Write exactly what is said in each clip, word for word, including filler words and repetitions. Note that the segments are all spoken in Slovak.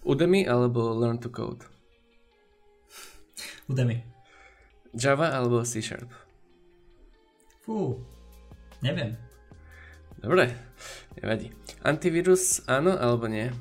Udemy alebo Learn to Code? Udemy. Java alebo C Sharp? Fú, neviem. Dobre, nevadí. Antivírus áno alebo nie?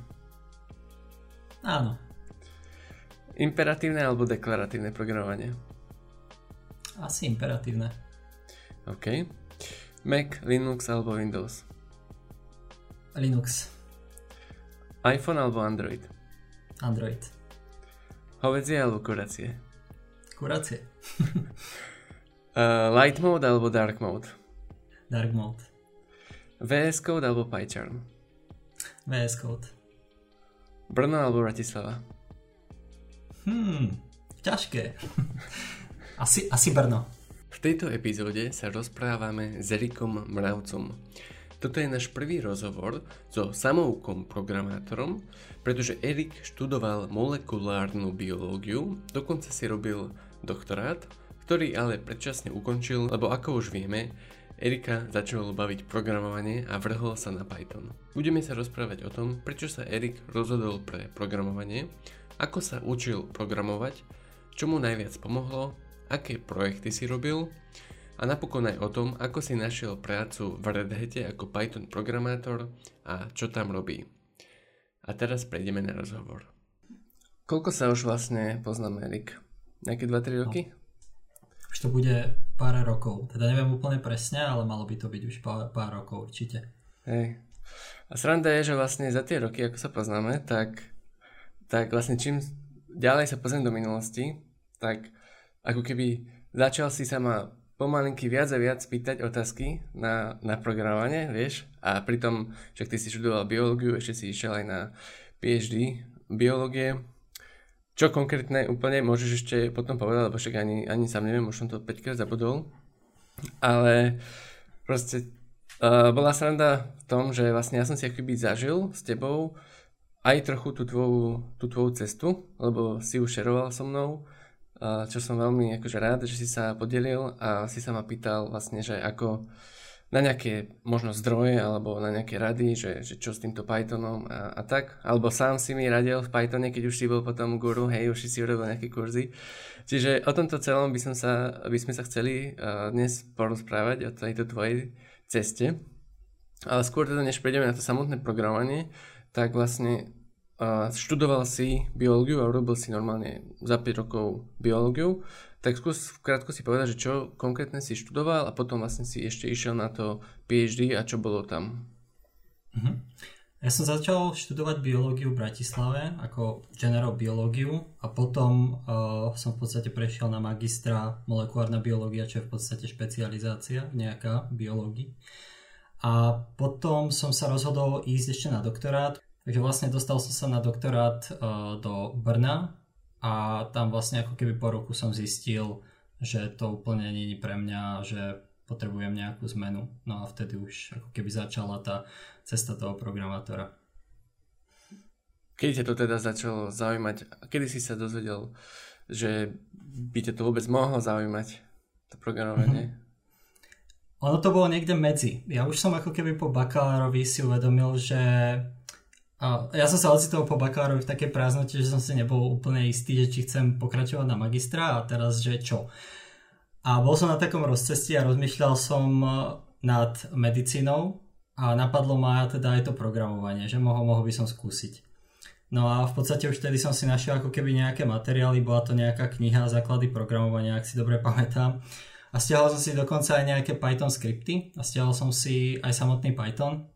Áno. Imperatívne alebo deklaratívne programovanie? Asi imperatívne. OK. Mac, Linux alebo Windows? Linux. iPhone alebo Android? Android. Hovädzie alebo kuracie? Kuracie. uh, light mode alebo dark mode? Dark mode. vé es Code alebo PyCharm? vé es Code. Brno alebo Bratislava? Hmm, ťažké. asi, asi Brno. V tejto epizóde sa rozprávame s Erikom Mravcom. Toto je náš prvý rozhovor so samoukom programátorom, pretože Erik študoval molekulárnu biológiu, dokonca si robil doktorát, ktorý ale predčasne ukončil, lebo ako už vieme, Erika začalo baviť programovanie a vrhol sa na Python. Budeme sa rozprávať o tom, prečo sa Erik rozhodol pre programovanie, ako sa učil programovať, čo mu najviac pomohlo, aké projekty si robil a napokon aj o tom, ako si našiel prácu v Red Hate ako Python programátor a čo tam robí. A teraz prejdeme na rozhovor. Koľko sa už vlastne poznáme, Erik? Nejaké dva tri roky? No. Už to bude pár rokov. Teda neviem úplne presne, ale malo by to byť už pár, pár rokov určite. Hej. A sranda je, že vlastne za tie roky, ako sa poznáme, tak, tak vlastne čím ďalej sa pozriem do minulosti, tak ako keby začal si sa ma pomalinky viac a viac pýtať otázky na, na programovanie, vieš? A pritom, však ty si študoval biológiu, ešte si išiel aj na PhD biológie. Čo konkrétne úplne môžeš ešte potom povedať, lebo však ani, ani sám neviem, už som to päťkrát zabudol. Ale proste uh, bola sranda v tom, že vlastne ja som si akoby zažil s tebou aj trochu tú tvoju, tú tvoju cestu, lebo si už šeroval so mnou, čo som veľmi akože rád, že si sa podelil a si sa ma pýtal vlastne, že ako na nejaké možno zdroje alebo na nejaké rady, že, že čo s týmto Pythonom a, a tak, alebo sám si mi radil v Pythone, keď už si bol potom guru, hej, už si urobil nejaké kurzy. Čiže o tomto celom by, som sa, by sme sa chceli uh, dnes porozprávať o tejto tvojej ceste, ale skôr teda, než prejdeme na to samotné programovanie, tak vlastne Uh, študoval si biológiu a urobil si normálne za päť rokov biológiu, tak skús v krátko si povedať, že čo konkrétne si študoval a potom vlastne si ešte išiel na to PhD a čo bolo tam. Uh-huh. Ja som začal študovať biológiu v Bratislave ako general biológiu a potom uh, som v podstate prešiel na magistra molekulárna biológia, čo je v podstate špecializácia nejaká biológii. A potom som sa rozhodol ísť ešte na doktorát. Takže vlastne dostal som sa na doktorát uh, do Brna a tam vlastne ako keby po roku som zistil, že to úplne nie je pre mňa, že potrebujem nejakú zmenu. No a vtedy už ako keby začala tá cesta toho programátora. Kedy ťa to teda začalo zaujímať? Kedy si sa dozvedel, že by ťa to vôbec mohlo zaujímať, to programovanie? Mm-hmm. Ono to bolo niekde medzi. Ja už som ako keby po bakalárovi si uvedomil, že a ja som sa ocitol po bakalárovi v takej prázdnote, že som si nebol úplne istý, že či chcem pokračovať na magistra a teraz, že čo. A bol som na takom rozcestí a rozmýšľal som nad medicínou a napadlo ma teda aj to programovanie, že mohol, mohol by som skúsiť. No a v podstate už vtedy som si našiel ako keby nejaké materiály, bola to nejaká kniha Základy programovania, ak si dobre pamätám. A stiahol som si dokonca aj nejaké Python skripty a stiahol som si aj samotný Python.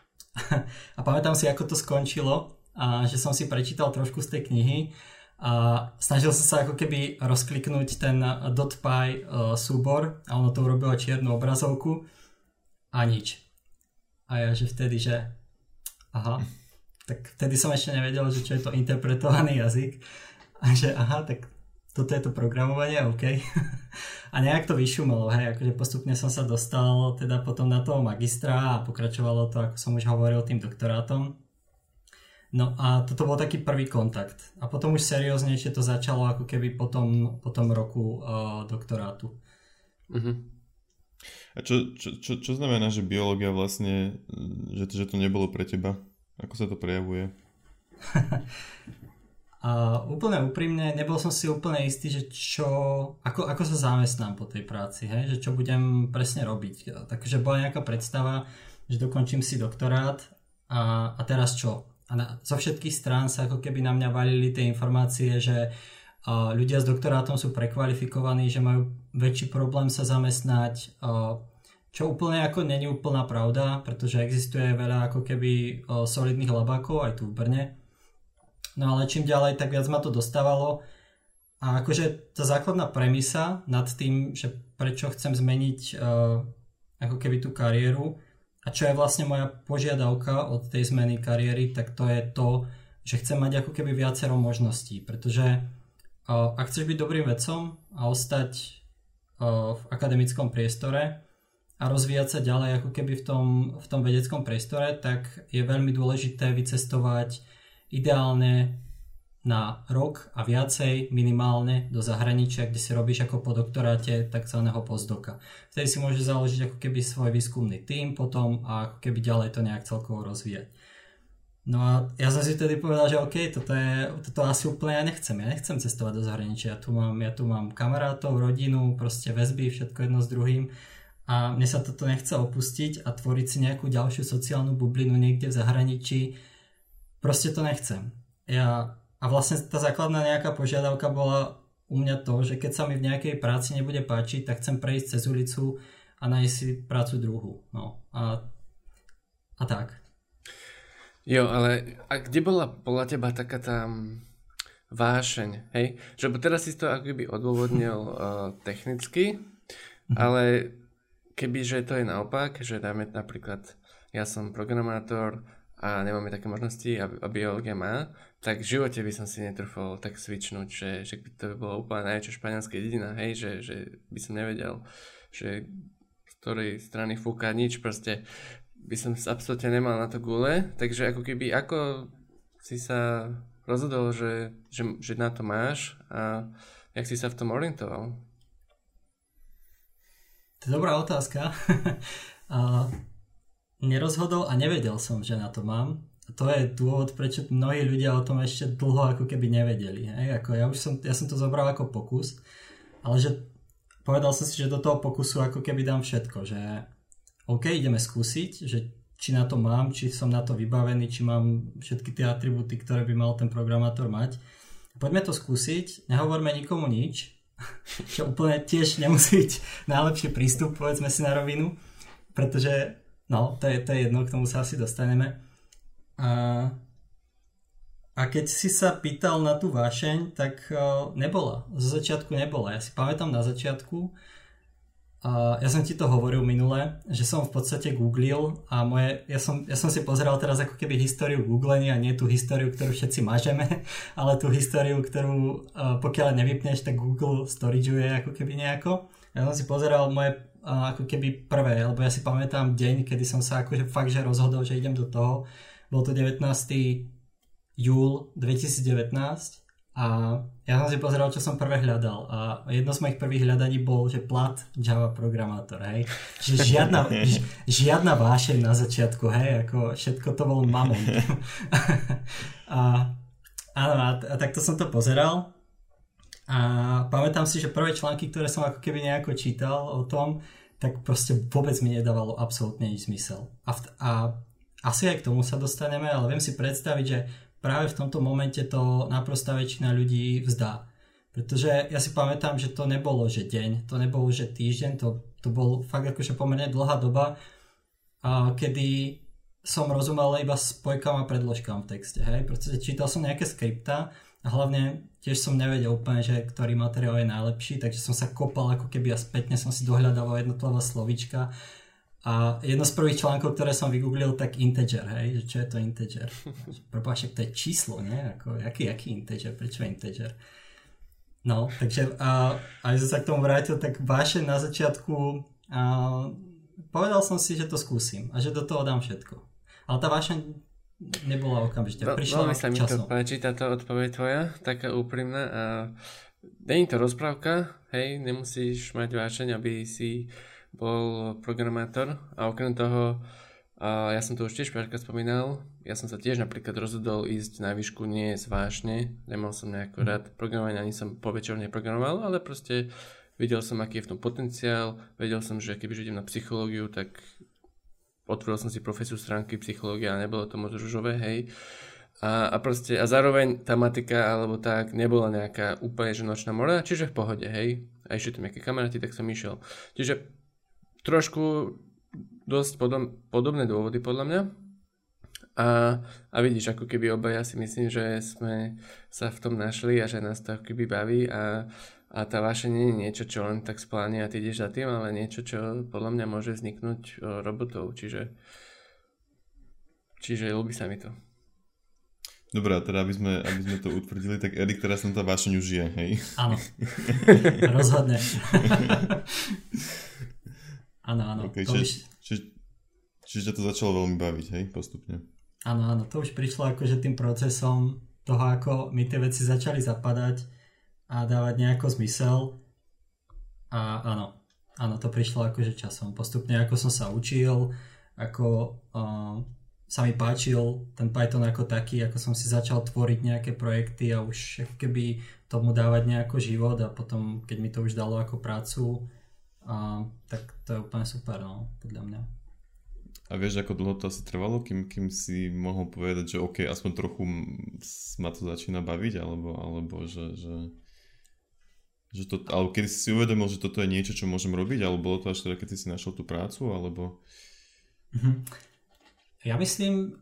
A pamätám si, ako to skončilo a že som si prečítal trošku z tej knihy a snažil som sa ako keby rozkliknúť ten .py súbor a ono to urobilo čiernu obrazovku a nič. A ja že vtedy, že aha, tak vtedy som ešte nevedel, že čo je to interpretovaný jazyk a že aha, tak toto je to programovanie, OK. A nejak to vyšumelo, hej, akože postupne som sa dostal teda potom na toho magistra a pokračovalo to, ako som už hovoril, tým doktorátom. No a toto bol taký prvý kontakt. A potom už serióznejšie to začalo ako keby po tom, po tom roku uh, doktorátu. Uh-huh. A čo, čo, čo, čo znamená, že biológia vlastne, že to, že to nebolo pre teba? Ako sa to prejavuje? A úplne úprimne, nebol som si úplne istý, že čo, ako, ako sa zamestnám po tej práci, hej? Že čo budem presne robiť. Takže bola nejaká predstava, že dokončím si doktorát a, a teraz čo? A na, zo všetkých strán sa ako keby na mňa valili tie informácie, že a, ľudia s doktorátom sú prekvalifikovaní, že majú väčší problém sa zamestnať, a, čo úplne ako není úplná pravda, pretože existuje veľa ako keby a, solidných labákov aj tu v Brne. No ale čím ďalej, tak viac ma to dostávalo a akože tá základná premisa nad tým, že prečo chcem zmeniť uh, ako keby tú kariéru a čo je vlastne moja požiadavka od tej zmeny kariéry, tak to je to, že chcem mať ako keby viacero možností, pretože uh, ak chceš byť dobrým vedcom a ostať uh, v akademickom priestore a rozvíjať sa ďalej ako keby v tom, v tom vedeckom priestore, tak je veľmi dôležité vycestovať ideálne na rok a viacej minimálne do zahraničia, kde si robíš ako po doktoráte takzvaného postdoka. Vtedy si môžeš založiť ako keby svoj výskumný tím potom a ako keby ďalej to nejak celkovo rozvíjať. No a ja som si vtedy povedal, že OK, toto, je, toto asi úplne ja nechcem. Ja nechcem cestovať do zahraničia. Ja tu mám, ja tu mám kamarátov, rodinu, proste väzby, všetko jedno s druhým. A mne sa toto nechce opustiť a tvoriť si nejakú ďalšiu sociálnu bublinu niekde v zahraničí. Proste to nechcem. Ja, a vlastne tá základná nejaká požiadavka bola u mňa to, že keď sa mi v nejakej práci nebude páčiť, tak chcem prejsť cez ulicu a nájsť si prácu druhú. No a, a tak. Jo, ale a kde bola podľa teba taká tá vášeň, hej? Že teraz si to akoby odôvodnil uh, technicky, ale kebyže to je naopak, že dáme napríklad, ja som programátor a nemáme také možnosti a, a biológia má, tak v živote by som si netrúfol tak switchnúť, že, že by to bolo úplne najväčšia španielská dedina, hej, že, že by som nevedel, že z ktorej strany fúka nič, proste by som absolútne nemal na to gule, takže ako keby, ako si sa rozhodol, že, že, že na to máš a jak si sa v tom orientoval? To je dobrá otázka. a nerozhodol a nevedel som, že na to mám. A to je dôvod, prečo mnohí ľudia o tom ešte dlho ako keby nevedeli. Hej? Ako ja, už som, ja som to zobral ako pokus, ale že povedal som si, že do toho pokusu ako keby dám všetko, že OK, ideme skúsiť, že či na to mám, či som na to vybavený, či mám všetky tie atribúty, ktoré by mal ten programátor mať. Poďme to skúsiť, nehovorme nikomu nič, čo úplne tiež nemusí byť najlepší prístup, povedzme si na rovinu, pretože no, to je, to je jedno, k tomu sa asi dostaneme. A, a keď si sa pýtal na tú vášeň, tak uh, nebola. Zo začiatku nebola. Ja si pamätám na začiatku, uh, ja som ti to hovoril minule, že som v podstate googlil a moje, ja, som, ja som si pozeral teraz ako keby históriu googlenia, nie tú históriu, ktorú všetci mažeme, ale tú históriu, ktorú uh, pokiaľ nevypneš, tak Google storageuje ako keby nejako. Ja som si pozeral moje a ako keby prvé, lebo ja si pamätám deň, kedy som sa akože fakt, že rozhodol, že idem do toho. Bol to devätnásteho júla dvetisícdevätnásť a ja som si pozeral, čo som prvé hľadal a jedno z mojich prvých hľadaní bol, že plat Java programátor, hej. Že žiadna, ž, žiadna vášeň na začiatku, hej, ako všetko to bol mamon. a, a, a takto som to pozeral. A pamätám si, že prvé články, ktoré som ako keby nejako čítal o tom, tak proste vôbec mi nedávalo absolútne nič zmysel. A, v, a asi aj k tomu sa dostaneme, ale viem si predstaviť, že práve v tomto momente to naprostá väčšina ľudí vzdá. Pretože ja si pamätám, že to nebolo, že deň, to nebolo, že týždeň, to, to bol fakt akože pomerne dlhá doba, a kedy som rozumel iba spojkám a predložkám v texte. Hej? Pretože čítal som nejaké skripta a hlavne tiež som nevedel úplne, že ktorý materiál je najlepší, takže som sa kopal ako keby a spätne som si dohľadával jednotlivé slovíčka. A jedno z prvých článkov, ktoré som vygooglil, tak integer, hej, že čo je to integer? Prepáč, však to je číslo, nie? Ako, jaký, jaký integer? Prečo je integer? No, takže a, a ja som sa k tomu vrátil, tak vášeň na začiatku a povedal som si, že to skúsim a že do toho dám všetko. Ale tá vášeň nebola okamžite. Prišla veľmi sa mi to páči, táto odpoveď tvoja, taká úprimná a není to rozprávka, hej, nemusíš mať vášeň, aby si bol programátor a okrem toho, a ja som to už tiež párkrát spomínal, ja som sa tiež napríklad rozhodol ísť na výšku nie zvážne, nemal som nejako rád programovanie, ani som po večer neprogramoval, ale proste videl som, aký je v tom potenciál, vedel som, že keby idem na psychológiu, tak otvoril som si profesiu stránky psychológia a nebolo to moc ružové, hej. A, a proste, a zároveň tá matika alebo tak nebola nejaká úplne že nočná mora, čiže v pohode, hej. A ešte tam nejaké kamaráti, tak som išiel. Čiže trošku dosť podob, podobné dôvody podľa mňa. A, a vidíš, ako keby obaja si myslím, že sme sa v tom našli a že nás to ako keby baví a, a tá vaša nie je niečo, čo len tak spláni a ty ideš za tým, ale niečo, čo podľa mňa môže vzniknúť o, robotov, čiže čiže ľúbi sa mi to. Dobre, a teda aby sme, aby sme to utvrdili, tak Erik teraz som tá vášeň už žije, hej? Áno, rozhodne. Áno, áno. Okay, to či, už... či, čiže to začalo veľmi baviť, hej, postupne. Áno, áno, to už prišlo akože tým procesom toho, ako mi tie veci začali zapadať a dávať nejako zmysel. A áno, áno, to prišlo akože časom. Postupne, ako som sa učil, ako... Uh, sa mi páčil ten Python ako taký, ako som si začal tvoriť nejaké projekty a už keby tomu dávať nejako život a potom, keď mi to už dalo ako prácu, a, tak to je úplne super, no, podľa mňa. A vieš, ako dlho to asi trvalo, kým, kým si mohol povedať, že OK, aspoň trochu ma to začína baviť, alebo, alebo že, že, že to, alebo kedy si si uvedomil, že toto je niečo, čo môžem robiť, alebo bolo to až teda, keď si našiel tú prácu, alebo... Mhm. Ja myslím...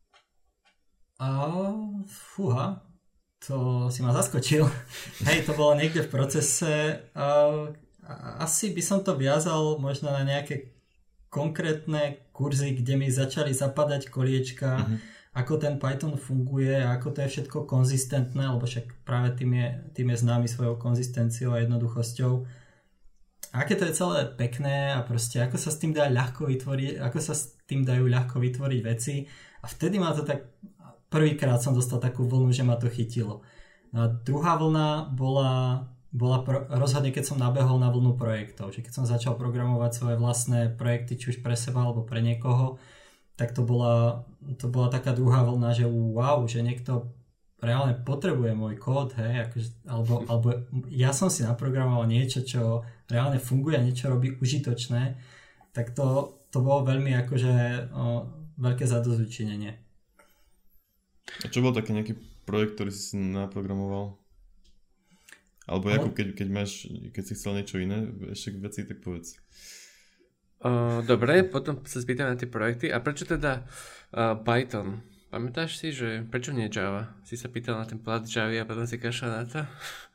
Uh, fúha, to si ma zaskočil. Hej, to bolo niekde v procese. Uh, asi by som to viazal možno na nejaké konkrétne kurzy, kde mi začali zapadať koliečka, uh-huh. ako ten Python funguje, ako to je všetko konzistentné, lebo však práve tým je, tým je známy svojou konzistenciou a jednoduchosťou. Aké to je celé pekné a proste ako sa s tým dá ľahko vytvoriť, ako sa s tým dajú ľahko vytvoriť veci. A vtedy ma to tak, prvýkrát som dostal takú vlnu, že ma to chytilo. No a druhá vlna bola, bola pro, rozhodne, keď som nabehol na vlnu projektov. Že keď som začal programovať svoje vlastné projekty, či už pre seba alebo pre niekoho, tak to bola, to bola taká druhá vlna, že wow, že niekto reálne potrebuje môj kód, hej, akože, alebo, alebo ja som si naprogramoval niečo, čo reálne funguje a niečo robí užitočné, tak to, to bolo veľmi akože o, veľké zadosťučinenie. A čo bol taký nejaký projekt, ktorý si naprogramoval? Alebo Ale... ako keď, keď máš, keď si chcel niečo iné, ešte veci, tak povedz. Uh, dobre, potom sa spýtam na tie projekty. A prečo teda uh, Python? Pamätáš si, že prečo nie Java? Si sa pýtal na ten plat Javy a potom si kašľal na to?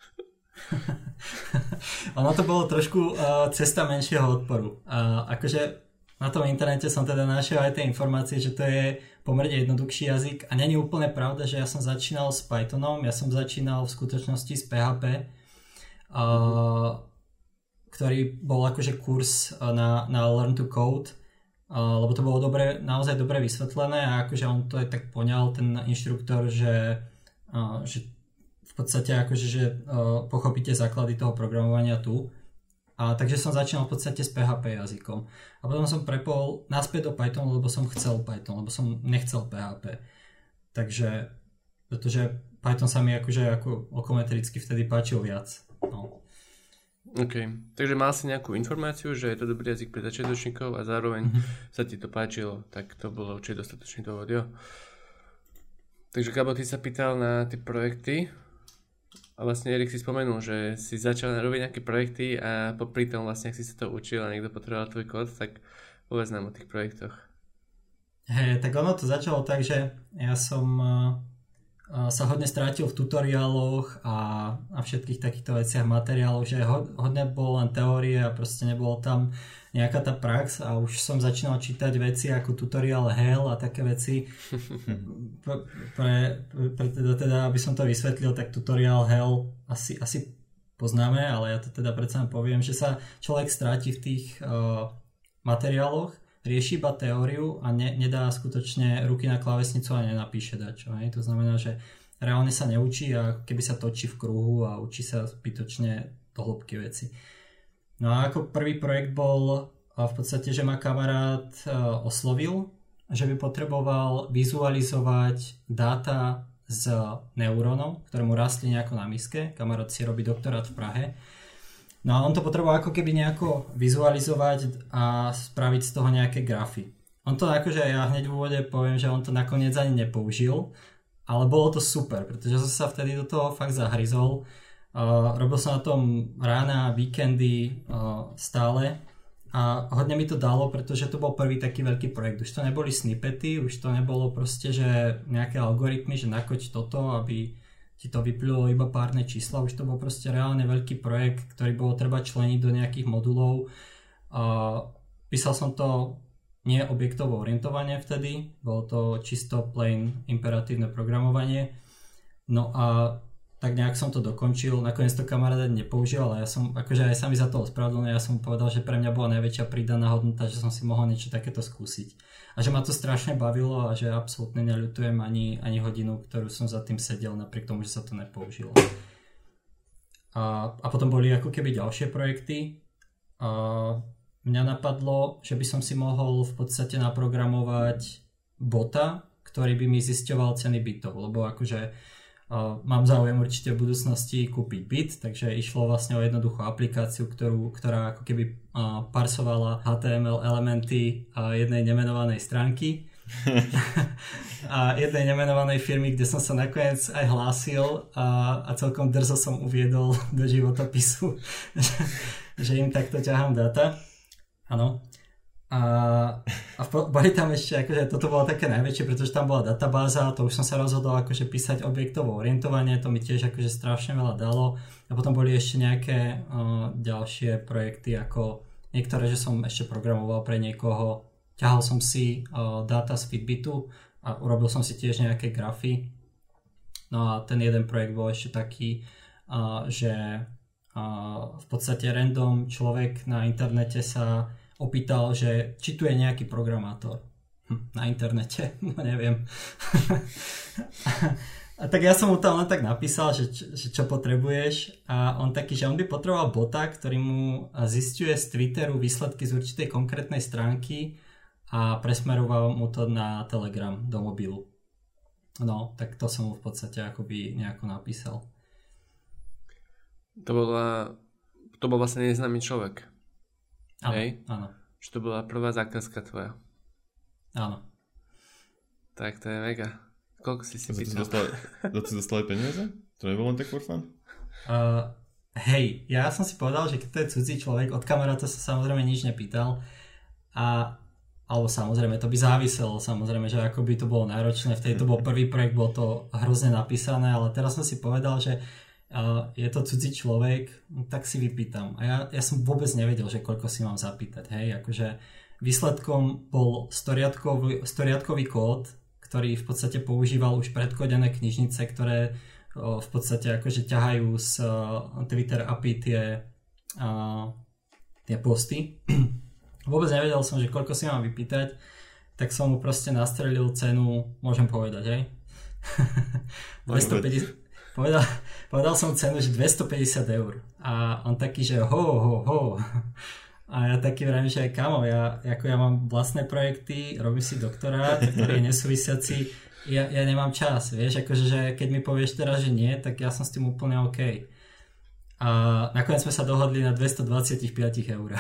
Ono to bolo trošku uh, cesta menšieho odporu. Uh, akože na tom internete som teda našiel aj tie informácie, že to je pomerne jednoduchší jazyk a není úplne pravda, že ja som začínal s Pythonom, ja som začínal v skutočnosti s pé há pé, uh, ktorý bol akože kurz na, na Learn to Code, Uh, lebo to bolo dobre, naozaj dobre vysvetlené a akože on to aj tak poňal, ten inštruktor, že, uh, že v podstate akože, že uh, pochopíte základy toho programovania tu. A takže som začínal v podstate s pé há pé jazykom. A potom som prepol naspäť do Pythonu, lebo som chcel Python, lebo som nechcel pé há pé. Takže, pretože Python sa mi akože ako okometricky vtedy páčil viac. No. OK, takže mal si nejakú informáciu, že je to dobrý jazyk pre začiatočníkov a zároveň mm-hmm. sa ti to páčilo, tak to bolo určite dostatočný dôvod, jo. Takže Gabo, ty sa pýtal na tie projekty a vlastne Erik si spomenul, že si začal robiť nejaké projekty a popri tom vlastne, ak si sa to učil a niekto potreboval tvoj kód, tak povedz nám o tých projektoch. Hej, tak ono to začalo tak, že ja som sa hodne strátil v tutoriáloch a, a všetkých takýchto veciach, materiáloch, že hodne bolo len teórie a proste nebolo tam nejaká tá prax a už som začínal čítať veci ako tutoriál Hell a také veci. Pre, pre, pre teda, teda, aby som to vysvetlil, tak tutoriál Hell asi, asi poznáme, ale ja to teda predsa poviem, že sa človek stráti v tých uh, materiáloch, rieši iba teóriu a ne, nedá skutočne ruky na klávesnicu a nenapíše dačo. Hej? To znamená, že reálne sa neučí a keby sa točí v kruhu a učí sa zbytočne do hĺbky veci. No a ako prvý projekt bol v podstate, že ma kamarát oslovil že by potreboval vizualizovať dáta z neurónov, ktoré mu rastli nejako na miske. Kamarát si robí doktorát v Prahe. No a on to potreboval ako keby nejako vizualizovať a spraviť z toho nejaké grafy. On to akože, ja hneď v úvode poviem, že on to nakoniec ani nepoužil, ale bolo to super, pretože som sa vtedy do toho fakt zahryzol. Uh, robil som na tom rána, víkendy uh, stále a hodne mi to dalo, pretože to bol prvý taký veľký projekt. Už to neboli snippety, už to nebolo proste, že nejaké algoritmy, že nakoď toto, aby ti to vyplynulo iba párne čísla. Už to bol proste reálne veľký projekt, ktorý bolo treba členiť do nejakých modulov. Uh, písal som to nie objektovo orientovanie vtedy, bolo to čisto plain imperatívne programovanie. No a tak nejak som to dokončil, nakoniec to kamarát nepoužil, ale ja som, akože aj sa mi za to ospravedlnil, ja som mu povedal, že pre mňa bola najväčšia pridaná hodnota, že som si mohol niečo takéto skúsiť. A že ma to strašne bavilo a že absolútne neľutujem ani, ani hodinu, ktorú som za tým sedel, napriek tomu, že sa to nepoužilo. A, a potom boli ako keby ďalšie projekty. A mňa napadlo, že by som si mohol v podstate naprogramovať bota, ktorý by mi zisťoval ceny bytov, lebo akože Uh, mám záujem určite v budúcnosti kúpiť byt, takže išlo vlastne o jednoduchú aplikáciu, ktorú, ktorá ako keby uh, parsovala há té em el elementy uh, jednej nemenovanej stránky a jednej nemenovanej firmy, kde som sa nakoniec aj hlásil a, a celkom drzo som uviedol do životopisu, že, že im takto ťahám dáta. Áno. A, a boli tam ešte, akože toto bolo také najväčšie, pretože tam bola databáza, to už som sa rozhodol akože písať objektovo orientovanie, to mi tiež akože strašne veľa dalo. A potom boli ešte nejaké uh, ďalšie projekty, ako niektoré, že som ešte programoval pre niekoho, ťahal som si uh, dáta z Fitbitu a urobil som si tiež nejaké grafy. No a ten jeden projekt bol ešte taký, uh, že uh, v podstate random človek na internete sa opýtal, že či tu je nejaký programátor hm, na internete, no neviem. A tak ja som mu tam len tak napísal, že, že čo potrebuješ a on taký, že on by potreboval bota, ktorý mu zisťuje z Twitteru výsledky z určitej konkrétnej stránky a presmeroval mu to na Telegram do mobilu. No, tak to som mu v podstate akoby nejako napísal. To bola, to bol vlastne neznámy človek. Áno, hej? Áno. Že to bola prvá zákazka tvoja. Áno. Tak to je mega. Koľko si si pýtal? To si dostali peniaze? To nebolo len tak for fun? Uh, hej, ja som si povedal, že keď to je cudzí človek, od kamaráta sa samozrejme nič nepýtal. A, alebo samozrejme, to by záviselo, samozrejme, že ako by to bolo náročné. Vtedy to bol prvý projekt, bolo to hrozne napísané, ale teraz som si povedal, že Uh, je to cudzí človek, tak si vypýtam. A ja, ja som vôbec nevedel, že koľko si mám zapýtať. Hej, akože výsledkom bol storiadkový, storiadkový kód, ktorý v podstate používal už predkodené knižnice, ktoré uh, v podstate akože ťahajú z uh, Twitter á pé í tie, uh, tie posty. Vôbec nevedel som, že koľko si mám vypýtať, tak som mu proste nastrelil cenu, môžem povedať, hej? dvestopäťdesiat Povedal, povedal som cenu, že dvestopäťdesiat eur. A on taký, že ho, ho, ho. A ja taký vravím, že kamo, ja, ako ja mám vlastné projekty, robím si doktorát, ktorý je nesúvisiaci, ja, ja nemám čas, vieš, akože, že keď mi povieš teraz, že nie, tak ja som s tým úplne OK. A nakoniec sme sa dohodli na dvestodvadsaťpäť eur.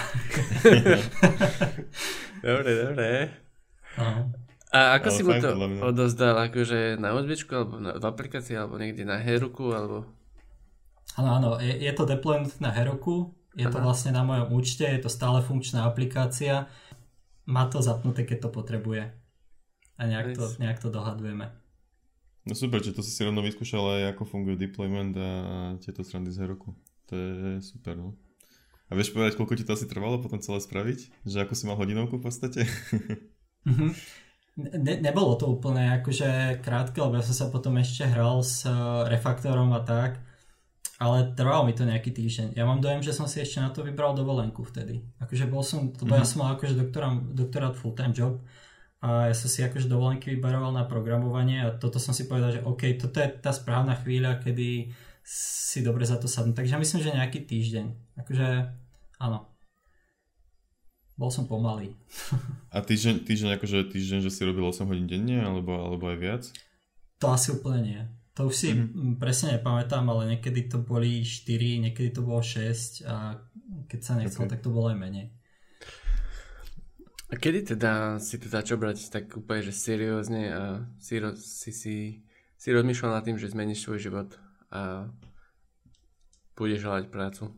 Dobre, dobre. No. A ako ale si mu to odozdal? Akože na úzbičku, alebo na, v aplikácii, alebo niekde na Heroku, alebo... Áno, áno, je, je to deployment na Heroku, je Aha. to vlastne na mojom účte, je to stále funkčná aplikácia, má to zapnuté, keď to potrebuje. A nejak to, nejak to dohadujeme. No super, že to si si rovno vyskúšal aj ako funguje deployment a tieto strany z Heroku. To je super, no. A vieš povedať, koľko ti to asi trvalo potom celé spraviť? Že ako si mal hodinovku v podstate? Mhm. Ne, nebolo to úplne akože krátke, lebo ja som sa potom ešte hral s refaktorom a tak, ale trvalo mi to nejaký týždeň. Ja mám dojem, že som si ešte na to vybral dovolenku vtedy. Akože bol som, lebo mm-hmm. ja som mal akože doktorát, doktorát full-time job a ja som si akože dovolenky vyberoval na programovanie a toto som si povedal, že OK, toto je tá správna chvíľa, kedy si dobre za to sadnú. Takže ja myslím, že nejaký týždeň. Akože áno. Bol som pomalý. A týždeň, týždeň akože týždeň, že si robil osem hodín denne, alebo, alebo aj viac? To asi úplne nie. To už si mm-hmm. presne nepamätám, ale niekedy to boli štyri, niekedy to bolo šesť a keď sa nechcel, okay. tak to bolo aj menej. A kedy teda si to začal brať tak úplne, že seriózne a si, si, si, si rozmýšľal nad tým, že zmeníš svoj život a budeš hľadať prácu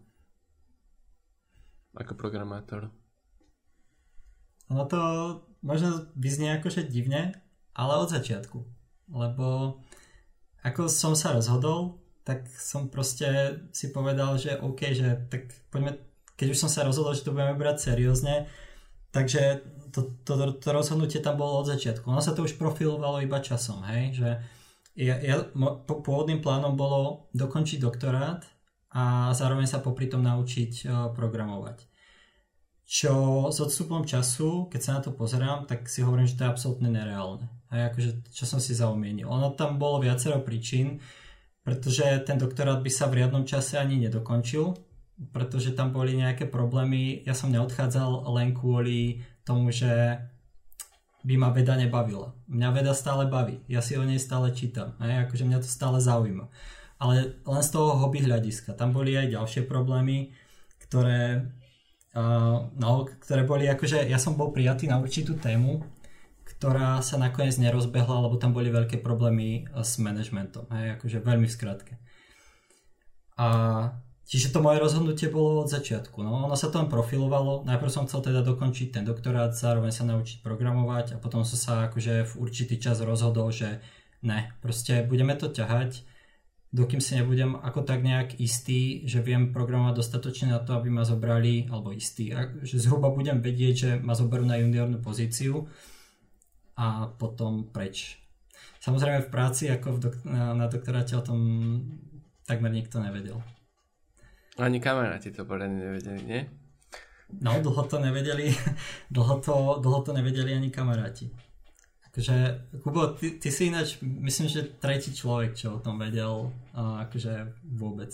ako programátor? No to možno vyznie akože divne, ale od začiatku. Lebo ako som sa rozhodol, tak som proste si povedal, že OK, že tak poďme, keď už som sa rozhodol, že to budeme brať seriózne, takže to, to, to rozhodnutie tam bolo od začiatku. Ono sa to už profilovalo iba časom, hej, že ja, ja, pôvodným plánom bolo dokončiť doktorát a zároveň sa popri tom naučiť uh, programovať. Čo s odstupom času, keď sa na to pozerám, tak si hovorím, že to je absolútne nereálne. A akože, čo som si zaumienil. Ono tam bolo viacero príčin, pretože ten doktorát by sa v riadnom čase ani nedokončil, pretože tam boli nejaké problémy. Ja som neodchádzal len kvôli tomu, že by ma veda nebavila. Mňa veda stále baví. Ja si o nej stále čítam. Hej? Akože mňa to stále zaujíma. Ale len z toho hobby hľadiska. Tam boli aj ďalšie problémy, ktoré, uh, no, ktoré boli akože... Ja som bol prijatý na určitú tému, ktorá sa nakoniec nerozbehla, lebo tam boli veľké problémy s manažmentom. Hej? Akože veľmi v skratke. A čiže to moje rozhodnutie bolo od začiatku. No, ono sa tam profilovalo. Najprv som chcel teda dokončiť ten doktorát, zároveň sa naučiť programovať a potom som sa akože v určitý čas rozhodol, že ne, proste budeme to ťahať, dokým si nebudem ako tak nejak istý, že viem programovať dostatočne na to, aby ma zobrali, alebo istý, že zhruba budem vedieť, že ma zoberú na juniornú pozíciu a potom preč. Samozrejme v práci ako v dok- na, na doktoráte o tom takmer nikto nevedel. Ani kamaráti to poriadne nevedeli, nie? No, dlho to nevedeli, dlho to, dlho to nevedeli ani kamaráti. Akože, Kubo, ty, ty si ináč, myslím, že tretí človek, čo o tom vedel, a akože vôbec.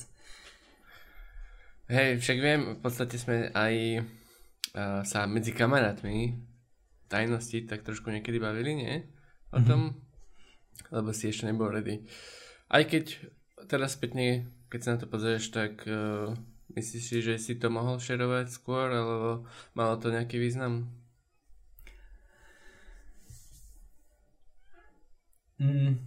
Hej, však viem, v podstate sme aj uh, sa medzi kamarátmi tajnosti tak trošku niekedy bavili, nie? O tom, mm-hmm. lebo si ešte nebol ready. Aj keď teraz spätne, keď sa na to pozrieš, tak uh, myslíš si, že si to mohol šerovať skôr, alebo malo to nejaký význam? Mm.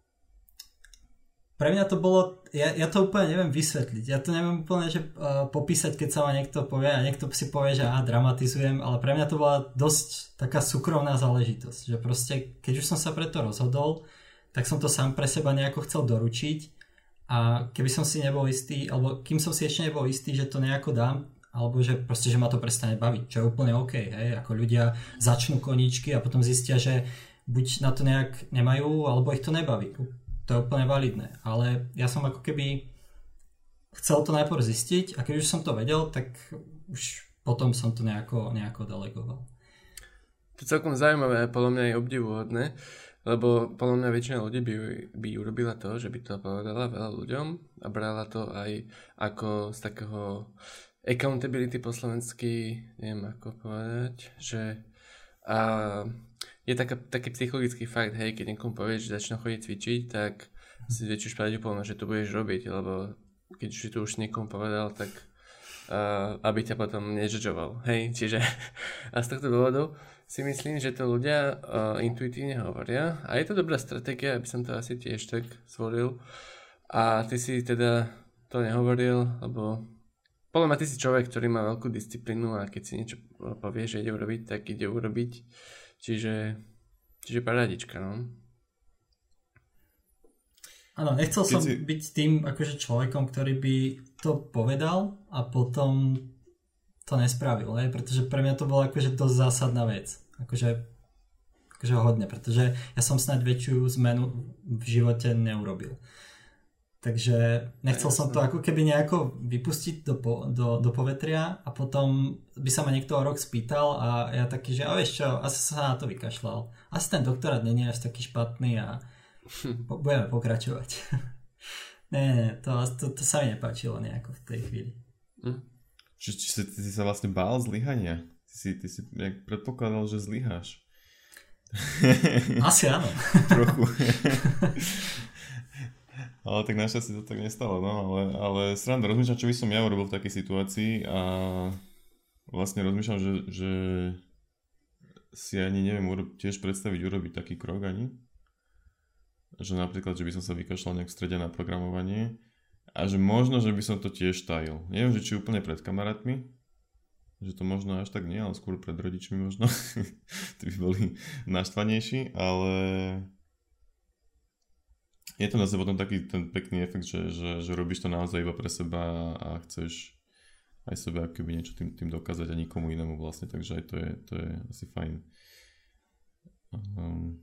Pre mňa to bolo, ja, ja to úplne neviem vysvetliť, ja to neviem úplne že, uh, popísať, keď sa ma niekto povie a niekto si povie, že á, dramatizujem, ale pre mňa to bola dosť taká súkromná záležitosť, že proste, keď už som sa preto rozhodol, tak som to sám pre seba nejako chcel doručiť a keby som si nebol istý, alebo kým som si ešte nebol istý, že to nejako dám, alebo že proste, že ma to prestane baviť, čo je úplne OK, hej, ako ľudia začnú koníčky a potom zistia, že buď na to nejak nemajú, alebo ich to nebaví. To je úplne validné. Ale ja som ako keby chcel to najprv zistiť a keď už som to vedel, tak už potom som to nejako, nejako delegoval. To je celkom zaujímavé a podľa mňa je obdivuhodné, lebo podľa mňa väčšina ľudí by, by urobila to, že by to povedala veľa ľuďom a brala to aj ako z takého accountability po slovensky, neviem ako povedať, že a je taká, taký psychologický fakt, hej, keď niekomu povieš, že začne chodiť cvičiť, tak si väčšiu pravdepodobnosť, že to budeš robiť, lebo keď si to už niekomu povedal, tak uh, aby ťa potom nežadžoval, hej, čiže a z tohto dôvodu si myslím, že to ľudia uh, intuitívne hovoria a je to dobrá stratégia, aby som to asi tiež tak zvolil a ty si teda to nehovoril, lebo podľa mňa ty si človek, ktorý má veľkú disciplínu a keď si niečo povie, že ide urobiť, tak ide urobiť. Čiže, čiže parádička, no. Áno, nechcel som si... byť tým akože človekom, ktorý by to povedal a potom to nespravil, ne? Pretože pre mňa to bola akože dosť zásadná vec. Akože, akože hodne, pretože ja som snáď väčšiu zmenu v živote neurobil. Takže nechcel som to ako keby nejako vypustiť do, po, do, do povetria a potom by sa ma niekto rok spýtal a ja taký, že a vieš čo, asi sa na to vykašľal. Asi ten doktorát nie je až taký špatný a po, budeme pokračovať. nie, nie, to, to, to sa mi nepáčilo nejako v tej chvíli. Hm. Čiže či si, si sa vlastne bál zlyhania? Ty si, ty si predpokladal, že zlyháš. Asi áno. Trochu. Ale tak našťastie to tak nestalo, no, ale, ale sranda, rozmýšľam, čo by som ja urobil v takej situácii a vlastne rozmýšľam, že, že si ani neviem uro- tiež predstaviť urobiť taký krok ani. Že napríklad, že by som sa vykašľal nejak v strede na programovanie a že možno, že by som to tiež tajil. Neviem, že či úplne pred kamarátmi, že to možno až tak nie, ale skôr pred rodičmi možno. Tí by boli naštvanejší, ale je to zase potom taký ten pekný efekt, že, že, že robíš to naozaj iba pre seba a chceš aj sebe akoby niečo tým, tým dokázať a nikomu inému vlastne, takže aj to je, to je asi fajn. Um,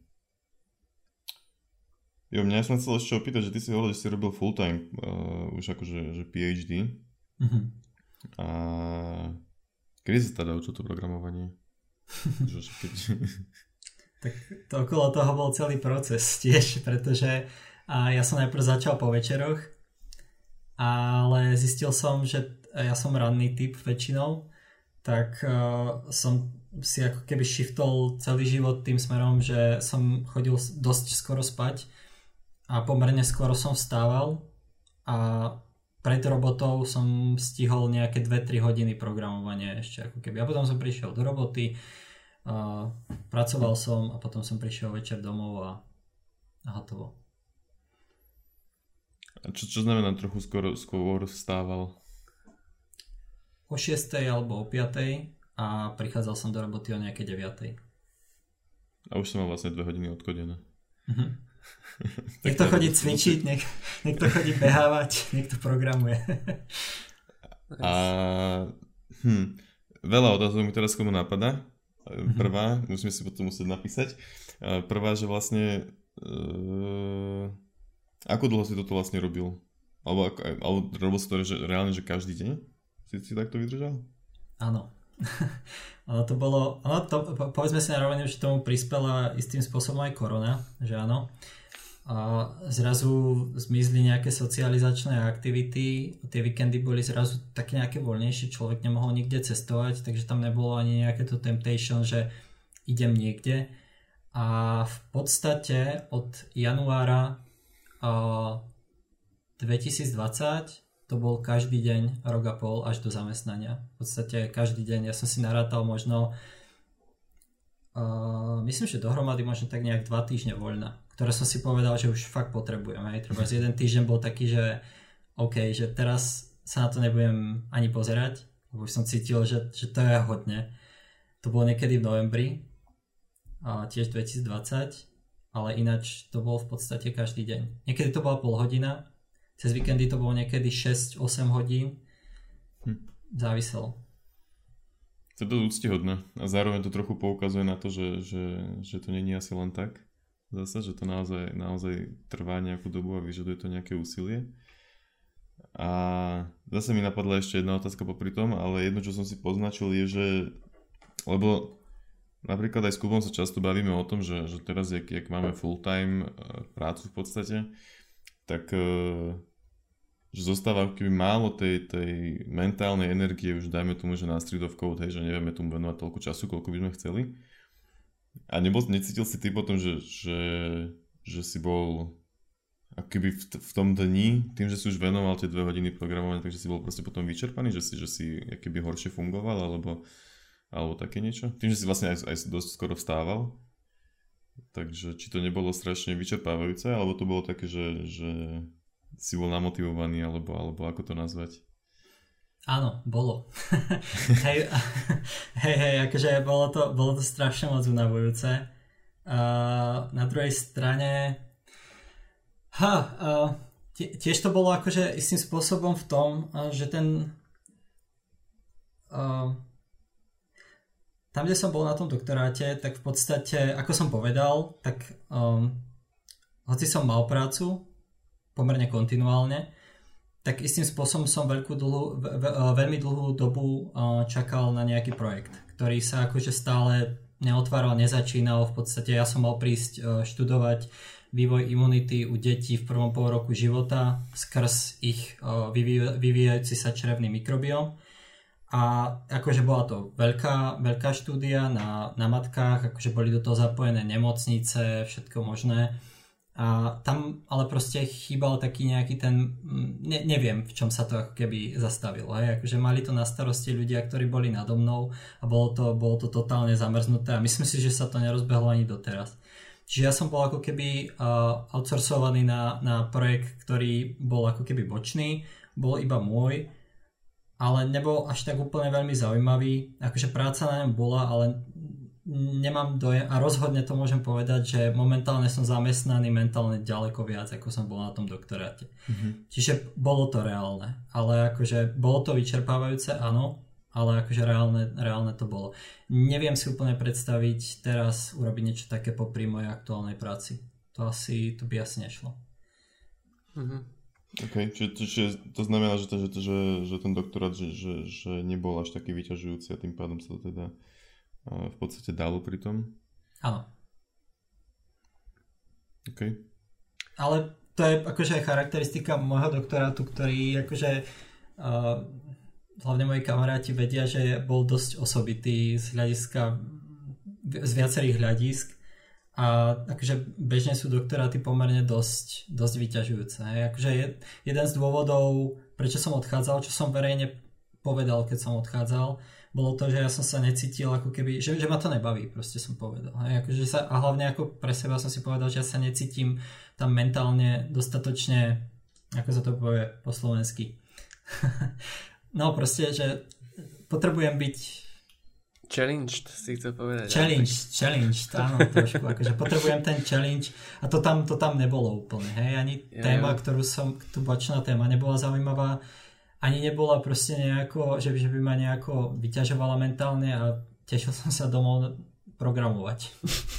jo, mňa som chcel ešte opýtať, že ty si hovoril, že si robil full time, uh, už akože že PhD. Mm-hmm. A kedy si teda učil to programovanie? keď... Tak to okolo toho bol celý proces tiež, pretože a ja som najprv začal po večeroch, ale zistil som, že ja som ranný typ väčšinou, tak uh, som si ako keby shiftol celý život tým smerom, že som chodil dosť skoro spať a pomerne skoro som vstával a pred robotou som stihol nejaké dve tri hodiny programovania ešte ako keby. A potom som prišiel do roboty, uh, pracoval som a potom som prišiel večer domov a, a hotovo. A čo, čo znamená trochu skoro, skôr vstával? O šiestej alebo o piatej a prichádzal som do roboty o nejakej deviatej. A už som mal vlastne dve hodiny odchodené. Mm-hmm. Niekto chodí cvičiť, niek- niekto chodí behávať, niekto programuje. A hm, veľa otázok mi teraz komu napadá. Prvá, mm-hmm. musíme si potom musieť napísať. Prvá, že vlastne uh, ako dlho si toto vlastne robil? Alebo, alebo robil si to že, reálne, že každý deň? Si si takto vydržal? Áno. Ono to bolo, ono to, povedzme si na rovine, že tomu prispela istým spôsobom aj korona, že áno. A zrazu zmizli nejaké socializačné aktivity, tie víkendy boli zrazu také nejaké voľnejšie, človek nemohol nikde cestovať, takže tam nebolo ani nejaké to temptation, že idem niekde. A v podstate od januára dvetisícdvadsať to bol každý deň rok a pol až do zamestnania. V podstate každý deň, ja som si narátal možno uh, myslím, že dohromady možno tak nejak dva týždne voľna, ktoré som si povedal, že už fakt potrebujem. Hej. Treba z jeden týždeň bol taký, že OK, že teraz sa na to nebudem ani pozerať, lebo už som cítil, že, že to je hodne. To bolo niekedy v novembri, uh, tiež dvetisícdvadsať, ale ináč to bolo v podstate každý deň. Niekedy to bola pol hodina, cez víkendy to bolo niekedy šesť osem hodín. Hm. Záviselo. To je to úctihodné. A zároveň to trochu poukazuje na to, že, že, že to není asi len tak. Zase, že to naozaj, naozaj trvá nejakú dobu a vyžaduje to nejaké úsilie. A zase mi napadla ešte jedna otázka popri tom, ale jedno, čo som si poznačil je, že lebo napríklad aj s Kubom sa často bavíme o tom, že, že teraz, jak, jak máme full-time prácu v podstate, tak že zostáva keby málo tej, tej mentálnej energie, už dajme tomu, že na street of code, hej, že nevieme tomu venovať toľko času, koľko by sme chceli. A nebol, necítil si ty potom, že, že, že si bol akoby v, v tom dni, tým, že si už venoval tie dve hodiny programovania, takže si bol proste potom vyčerpaný, že si, že si akoby horšie fungoval, alebo alebo také niečo? Tým, že si vlastne aj, aj dosť skoro vstával. Takže či to nebolo strašne vyčerpávajúce, alebo to bolo také, že, že si bol namotivovaný, alebo, alebo ako to nazvať? Áno, bolo. hej, hej, hej, akože bolo to, bolo to strašne moc unavujúce. Uh, na druhej strane ha, uh, tiež to bolo akože istým spôsobom v tom, uh, že ten uh, tam, kde som bol na tom doktoráte, tak v podstate, ako som povedal, tak um, hoci som mal prácu pomerne kontinuálne, tak istým spôsobom som veľkú dlhú, veľmi dlhú dobu uh, čakal na nejaký projekt, ktorý sa akože stále neotváral, nezačínal. V podstate ja som mal prísť uh, študovať vývoj imunity u detí v prvom pol roku života skrz ich uh, vyvíjajúci sa črevný mikrobióm. A akože bola to veľká, veľká štúdia na, na matkách, akože boli do toho zapojené nemocnice, všetko možné. A tam ale proste chýbal taký nejaký ten, ne, neviem v čom sa to ako keby zastavilo, hej? Akože mali to na starosti ľudia, ktorí boli nado mnou a bolo to, bolo to totálne zamrznuté a myslím si, že sa to nerozbehlo ani doteraz. Čiže ja som bol ako keby uh, outsourcovaný na, na projekt, ktorý bol ako keby bočný, bol iba môj, ale nebol až tak úplne veľmi zaujímavý, akože práca na ňom bola, ale nemám dojem a rozhodne to môžem povedať, že momentálne som zamestnaný mentálne ďaleko viac, ako som bol na tom doktoráte. Mm-hmm. Čiže bolo to reálne, ale akože bolo to vyčerpávajúce, áno, ale akože reálne, reálne to bolo. Neviem si úplne predstaviť teraz urobiť niečo také popri mojej aktuálnej práci. To asi, to by asi nešlo. Mm-hmm. OK, čiže, čiže to znamená, že, to, že, že, že ten doktorát, že, že, že nebol až taký vyťažujúci a tým pádom sa to teda v podstate dalo pri tom? Áno. OK. Ale to je akože aj charakteristika môjho doktorátu, ktorý akože uh, hlavne moji kamaráti vedia, že bol dosť osobitý z hľadiska z viacerých hľadisk a akože bežne sú doktoráty pomerne dosť, dosť vyťažujúce. Akože je, jeden z dôvodov, prečo som odchádzal, čo som verejne povedal, keď som odchádzal, bolo to, že ja som sa necítil ako keby, že, že ma to nebaví, proste som povedal. Hej, akože sa, a hlavne ako pre seba som si povedal, že ja sa necítim tam mentálne dostatočne, ako sa to povie po slovensky. No proste, že potrebujem byť challenged, si chcel povedať. Challenged, challenged, áno, trošku. Akože potrebujem ten challenge a to tam, to tam nebolo úplne. Hej, ani ja, téma, ja. ktorú som, tu bočná téma nebola zaujímavá, ani nebola proste nejako, že by, že by ma nejako vyťažovala mentálne a tešil som sa domov programovať.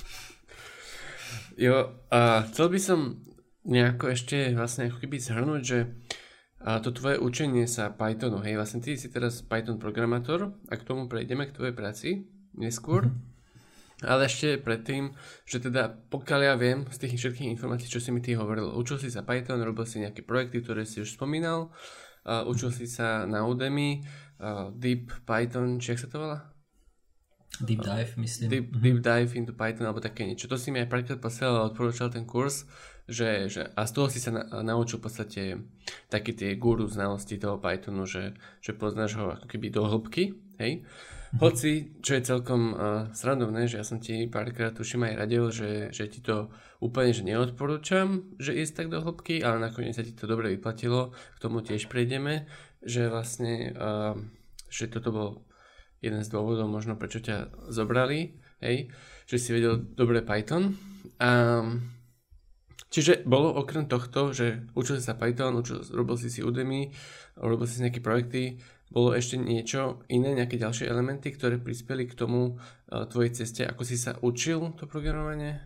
Jo, a chcel by som nejako ešte vlastne ako keby zhrnúť, že a to tvoje učenie sa Pythonu, hej, vlastne ty si teraz Python programátor a k tomu prejdeme k tvojej práci neskôr. Mm-hmm. Ale ešte predtým, že teda pokiaľ ja viem z tých všetkých informácií, čo si mi ty hovoril, učil si sa Python, robil si nejaké projekty, ktoré si už spomínal, Uh, učil si sa na Udemy, uh, Deep Python, či jak sa to volá? Deep Dive, myslím. Deep, mm-hmm. Deep Dive into Python, alebo také niečo. To si mi aj preklad posielal a odporúčal ten kurz, že, že, a z toho si sa na, naučil v podstate také tie guru znalosti toho Pythonu, že, že poznáš ho ako keby do hĺbky, hej? Hoci, čo je celkom uh, srandovné, že ja som ti párkrát tuším aj radil, že, že ti to úplne že neodporúčam, že ísť tak do hĺbky, ale nakoniec sa ti to dobre vyplatilo, k tomu tiež prejdeme, že vlastne, uh, že toto bol jeden z dôvodov možno prečo ťa zobrali, hej, že si vedel dobre Python. Um, čiže bolo okrem tohto, že učil si sa Python, učil, robil si si Udemy, robil si si nejaké projekty, bolo ešte niečo iné, nejaké ďalšie elementy, ktoré prispeli k tomu uh, tvojej ceste, ako si sa učil to programovanie?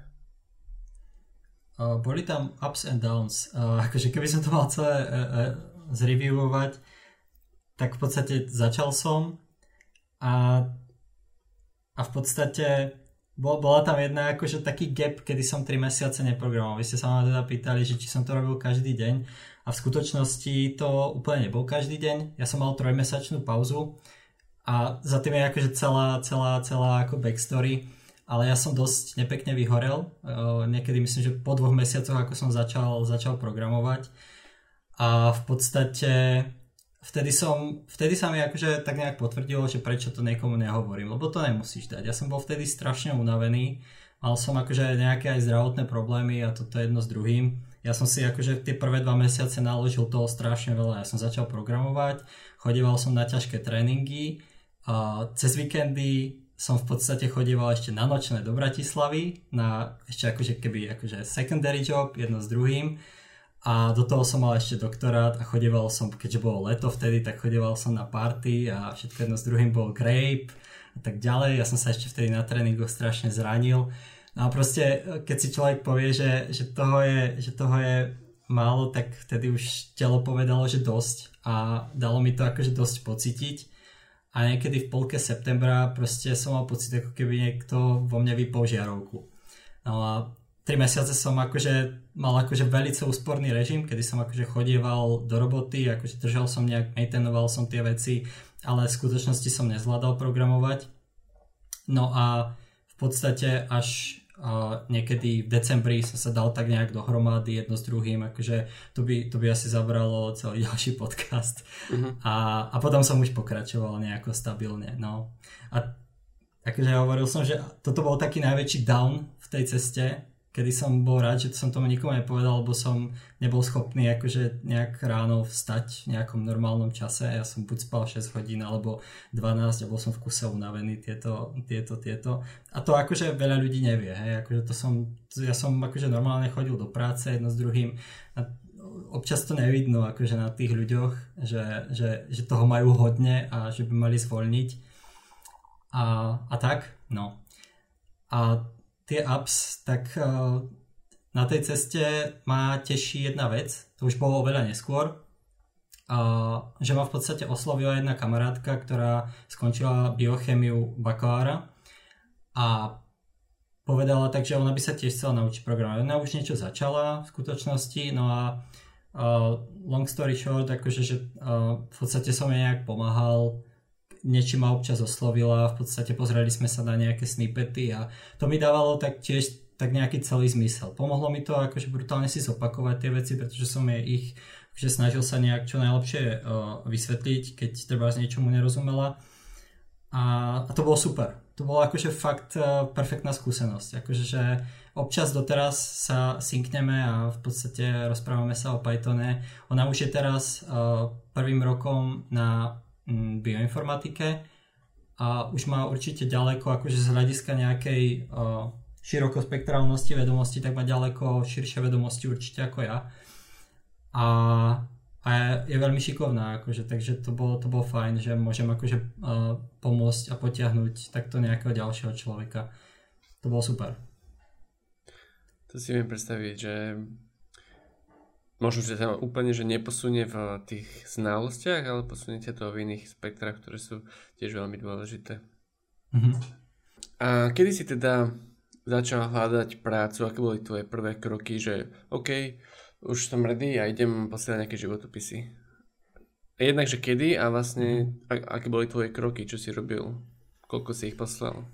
Uh, boli tam ups and downs. Uh, akože keby som to mal celé uh, uh, zreviewovať, tak v podstate začal som a, a v podstate bol, bola tam jedna akože taký gap, kedy som tri mesiace neprogramoval. Vy ste sa ma teda pýtali, že či som to robil každý deň. A v skutočnosti to úplne nebol každý deň. Ja som mal trojmesačnú pauzu a za tým je akože celá, celá, celá ako backstory. Ale ja som dosť nepekne vyhorel. Uh, niekedy myslím, že po dvoch mesiacoch, ako som začal, začal programovať. A v podstate vtedy, som, vtedy sa mi akože tak nejak potvrdilo, že prečo to niekomu nehovorím. Lebo to nemusíš dať. Ja som bol vtedy strašne unavený. Mal som akože nejaké aj zdravotné problémy a toto jedno s druhým. Ja som si akože tie prvé dva mesiace naložil toho strašne veľa. Ja som začal programovať, chodieval som na ťažké tréningy a cez víkendy som v podstate chodieval ešte na nočné do Bratislavy, na ešte akože keby akože secondary job, jedno s druhým. A do toho som mal ešte doktorát a chodieval som, keďže bolo leto vtedy, tak chodieval som na party a všetko jedno s druhým bol grape a tak ďalej. Ja som sa ešte vtedy na tréningoch strašne zranil. No a proste, keď si človek povie, že, že, toho je, že toho je málo, tak vtedy už telo povedalo, že dosť a dalo mi to akože dosť pocítiť. A niekedy v polke septembra proste som mal pocit, ako keby niekto vo mne vypol žiarovku. No a tri mesiace som akože mal akože veľmi úsporný režim, kedy som akože chodieval do roboty, akože držal som nejak, maintainoval som tie veci ale v skutočnosti som nezvládal programovať. No a v podstate až uh, niekedy v decembri som sa dal tak nejak dohromady jedno s druhým, akože to by, to by asi zabralo celý ďalší podcast. Uh-huh. A, a potom som už pokračoval nejako stabilne. No. A akože ja hovoril som, že toto bol taký najväčší down v tej ceste, kedy som bol rád, že som tomu nikomu nepovedal, lebo som nebol schopný akože nejak ráno vstať v nejakom normálnom čase. Ja som buď spal šesť hodín alebo dvanásť a bol som v kuse unavený tieto, tieto, tieto. A to akože veľa ľudí nevie. Hej? Akože to som, ja som akože normálne chodil do práce jedno s druhým. A občas to nevidno akože na tých ľuďoch, že, že, že toho majú hodne a že by mali zvoľniť. A, a tak, no. A tie apps, tak uh, na tej ceste ma teší jedna vec, to už bolo oveľa neskôr, uh, že ma v podstate oslovila jedna kamarátka, ktorá skončila biochémiu bakalára a povedala tak, že ona by sa tiež chcela naučiť programovať. Ona už niečo začala v skutočnosti, no a uh, long story short, akože že, uh, v podstate som jej nejak pomáhal, niečím ma občas oslovila, v podstate pozreli sme sa na nejaké snippety a to mi dávalo tak tiež tak nejaký celý zmysel. Pomohlo mi to akože brutálne si zopakovať tie veci, pretože som jej ich že snažil sa nejak čo najlepšie uh, vysvetliť, keď treba z niečomu nerozumela. A, a to bolo super. To bolo akože fakt uh, perfektná skúsenosť. Akože, že občas doteraz sa synkneme a v podstate rozprávame sa o Pythone. Ona už je teraz uh, prvým rokom na bioinformatike a už má určite ďaleko akože z hľadiska nejakej uh, širokospektrálnosti vedomosti, tak má ďaleko širšie vedomosti určite ako ja a, a je, je veľmi šikovná akože, takže to bolo, to bolo fajn, že môžem akože uh, pomôcť a potiahnuť takto nejakého ďalšieho človeka. To bolo super. To si viem predstaviť, že možno, že sa úplne že neposunie v tých znalostiach, ale posuniete to v iných spektrách, ktoré sú tiež veľmi dôležité. Mm-hmm. A kedy si teda začal hľadať prácu? Aké boli tvoje prvé kroky, že OK, už som ready a idem posielať nejaké životopisy? A jednak, že kedy a vlastne a, aké boli tvoje kroky? Čo si robil? Koľko si ich poslal?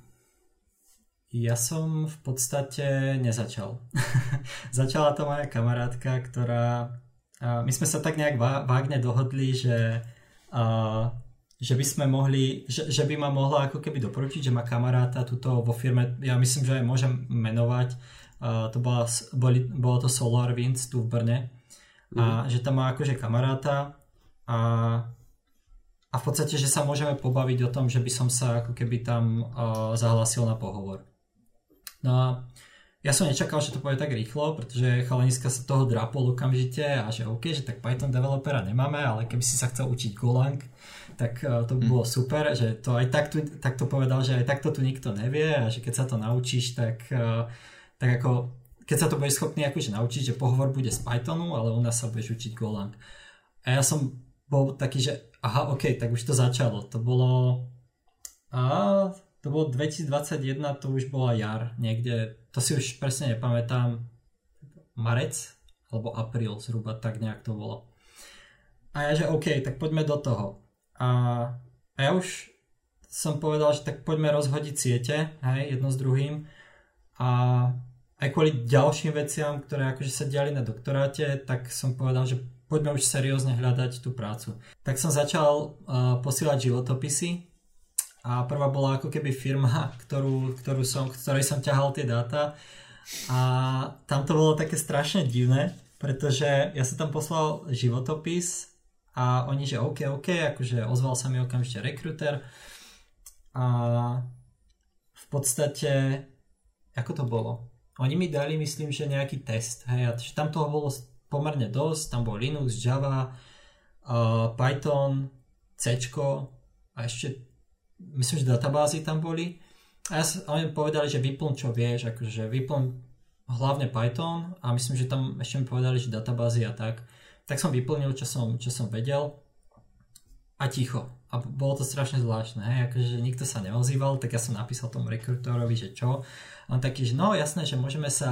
Ja som v podstate nezačal. Začala to moja kamarátka, ktorá... Uh, my sme sa tak nejak vágne dohodli, že, uh, že by sme mohli... Že, že by ma mohla ako keby doporučiť, že má kamaráta tuto vo firme, ja myslím, že aj môžem menovať. Uh, to bola, boli, bolo to SolarWinds tu v Brne. Mm. A že tam má akože kamaráta a... A v podstate, že sa môžeme pobaviť o tom, že by som sa ako keby tam uh, zahlásil na pohovor. No a ja som nečakal, že to povie tak rýchlo, pretože chalaniska sa toho drápol okamžite a že OK, že tak Python developera nemáme, ale keby si sa chcel učiť Golang, tak uh, to by bolo super, že to aj tak, tu, tak to povedal, že aj takto tu nikto nevie a že keď sa to naučíš, tak, uh, tak ako keď sa to budeš schopný akože naučiť, že pohovor bude z Pythonu, ale u nás sa budeš učiť Golang. A ja som bol taký, že aha, OK, tak už to začalo. To bolo... A... To bolo dvetisícdvadsaťjeden, to už bola jar niekde, to si už presne nepamätám, marec alebo apríl zhruba, tak nejak to bolo. A ja že OK, tak poďme do toho. A, a ja už som povedal, že tak poďme rozhodiť siete, hej, jedno s druhým. A aj kvôli ďalším veciam, ktoré akože sa diali na doktoráte, tak som povedal, že poďme už seriózne hľadať tú prácu. Tak som začal uh, posielať životopisy. A prvá bola ako keby firma, ktorú, ktorú som, ktorej som ťahal tie dáta a tam to bolo také strašne divné, pretože ja som tam poslal životopis a oni, že OK, OK, akože ozval sa mi okamžite rekruter a v podstate, ako to bolo? Oni mi dali, myslím, že nejaký test, hej, a tam toho bolo pomerne dosť, tam bol Linux, Java, uh, Python, Cčko a ešte myslím, že databázy tam boli a ja sa, oni povedali, že vyplň čo vieš, akože vyplň hlavne Python a myslím, že tam ešte mi povedali, že databázy a tak. Tak som vyplnil, čo som, čo som vedel a ticho. A bolo to strašne zvláštne, hej, akože nikto sa neozýval, tak ja som napísal tomu rekrutorovi, že čo. A on taký, že no jasné, že môžeme sa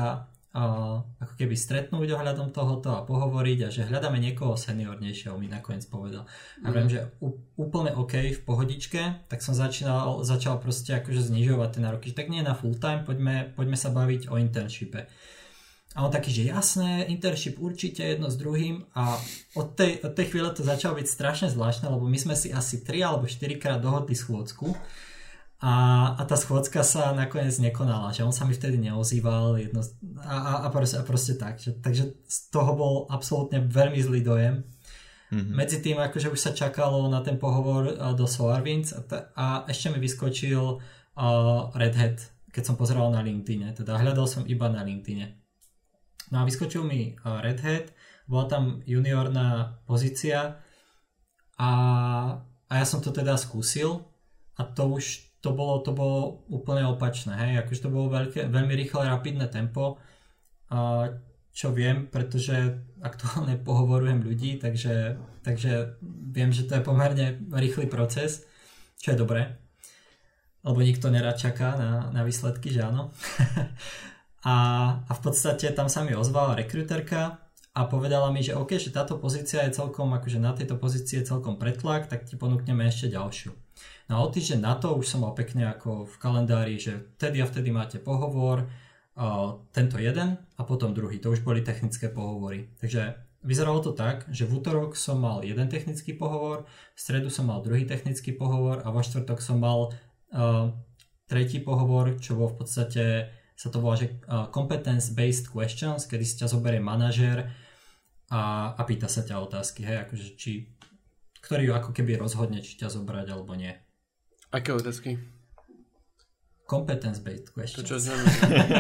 uh, ako keby stretnúť ohľadom tohoto a pohovoriť a že hľadáme niekoho seniornejšieho, mi nakoniec povedal. A viem, že úplne OK, v pohodičke, tak som začal, začal proste akože znižovať tie nároky. Tak nie na full time, poďme, poďme sa baviť o internshipe. A on taký, že jasné, internship určite jedno s druhým a od tej, od tej chvíle to začalo byť strašne zvláštne, lebo my sme si asi tri alebo štyri krát dohodli schôdzku. A, a tá schôdzka sa nakoniec nekonala, že on sa mi vtedy neozýval jedno, a, a, a, proste, a proste tak. Že, takže z toho bol absolútne veľmi zlý dojem. Mm-hmm. Medzi tým akože už sa čakalo na ten pohovor do SolarWinds a, t- a ešte mi vyskočil uh, Red Hat, keď som pozeral na LinkedIne. Teda hľadal som iba na LinkedIne. No a vyskočil mi uh, Red Hat, bola tam juniorná pozícia a, a ja som to teda skúsil a to už To bolo, to bolo úplne opačné, hej, akože to bolo veľké, veľmi rýchle, rapidné tempo, a čo viem, pretože aktuálne pohovorujem ľudí, takže, takže viem, že to je pomerne rýchly proces, čo je dobré, lebo nikto nerad čaká na, na výsledky, že áno. a, a v podstate tam sa mi ozvala rekruterka a povedala mi, že OK, že táto pozícia je celkom, akože na tejto pozícii je celkom pretlak, tak ti ponúkneme ešte ďalšiu. No a o týždeň na to už som mal pekne ako v kalendári, že vtedy a vtedy máte pohovor, uh, tento jeden a potom druhý. To už boli technické pohovory. Takže vyzeralo to tak, že v útorok som mal jeden technický pohovor, v stredu som mal druhý technický pohovor a vo štvrtok som mal uh, tretí pohovor, čo bol v podstate, sa to volá, že uh, competence-based questions, kedy si ťa zoberie manažér a, a pýta sa ťa otázky, hej, akože či, ktorý ako keby rozhodne, či ťa zobrať alebo nie. Aké otázky? Competence-based questions. To čo znamená?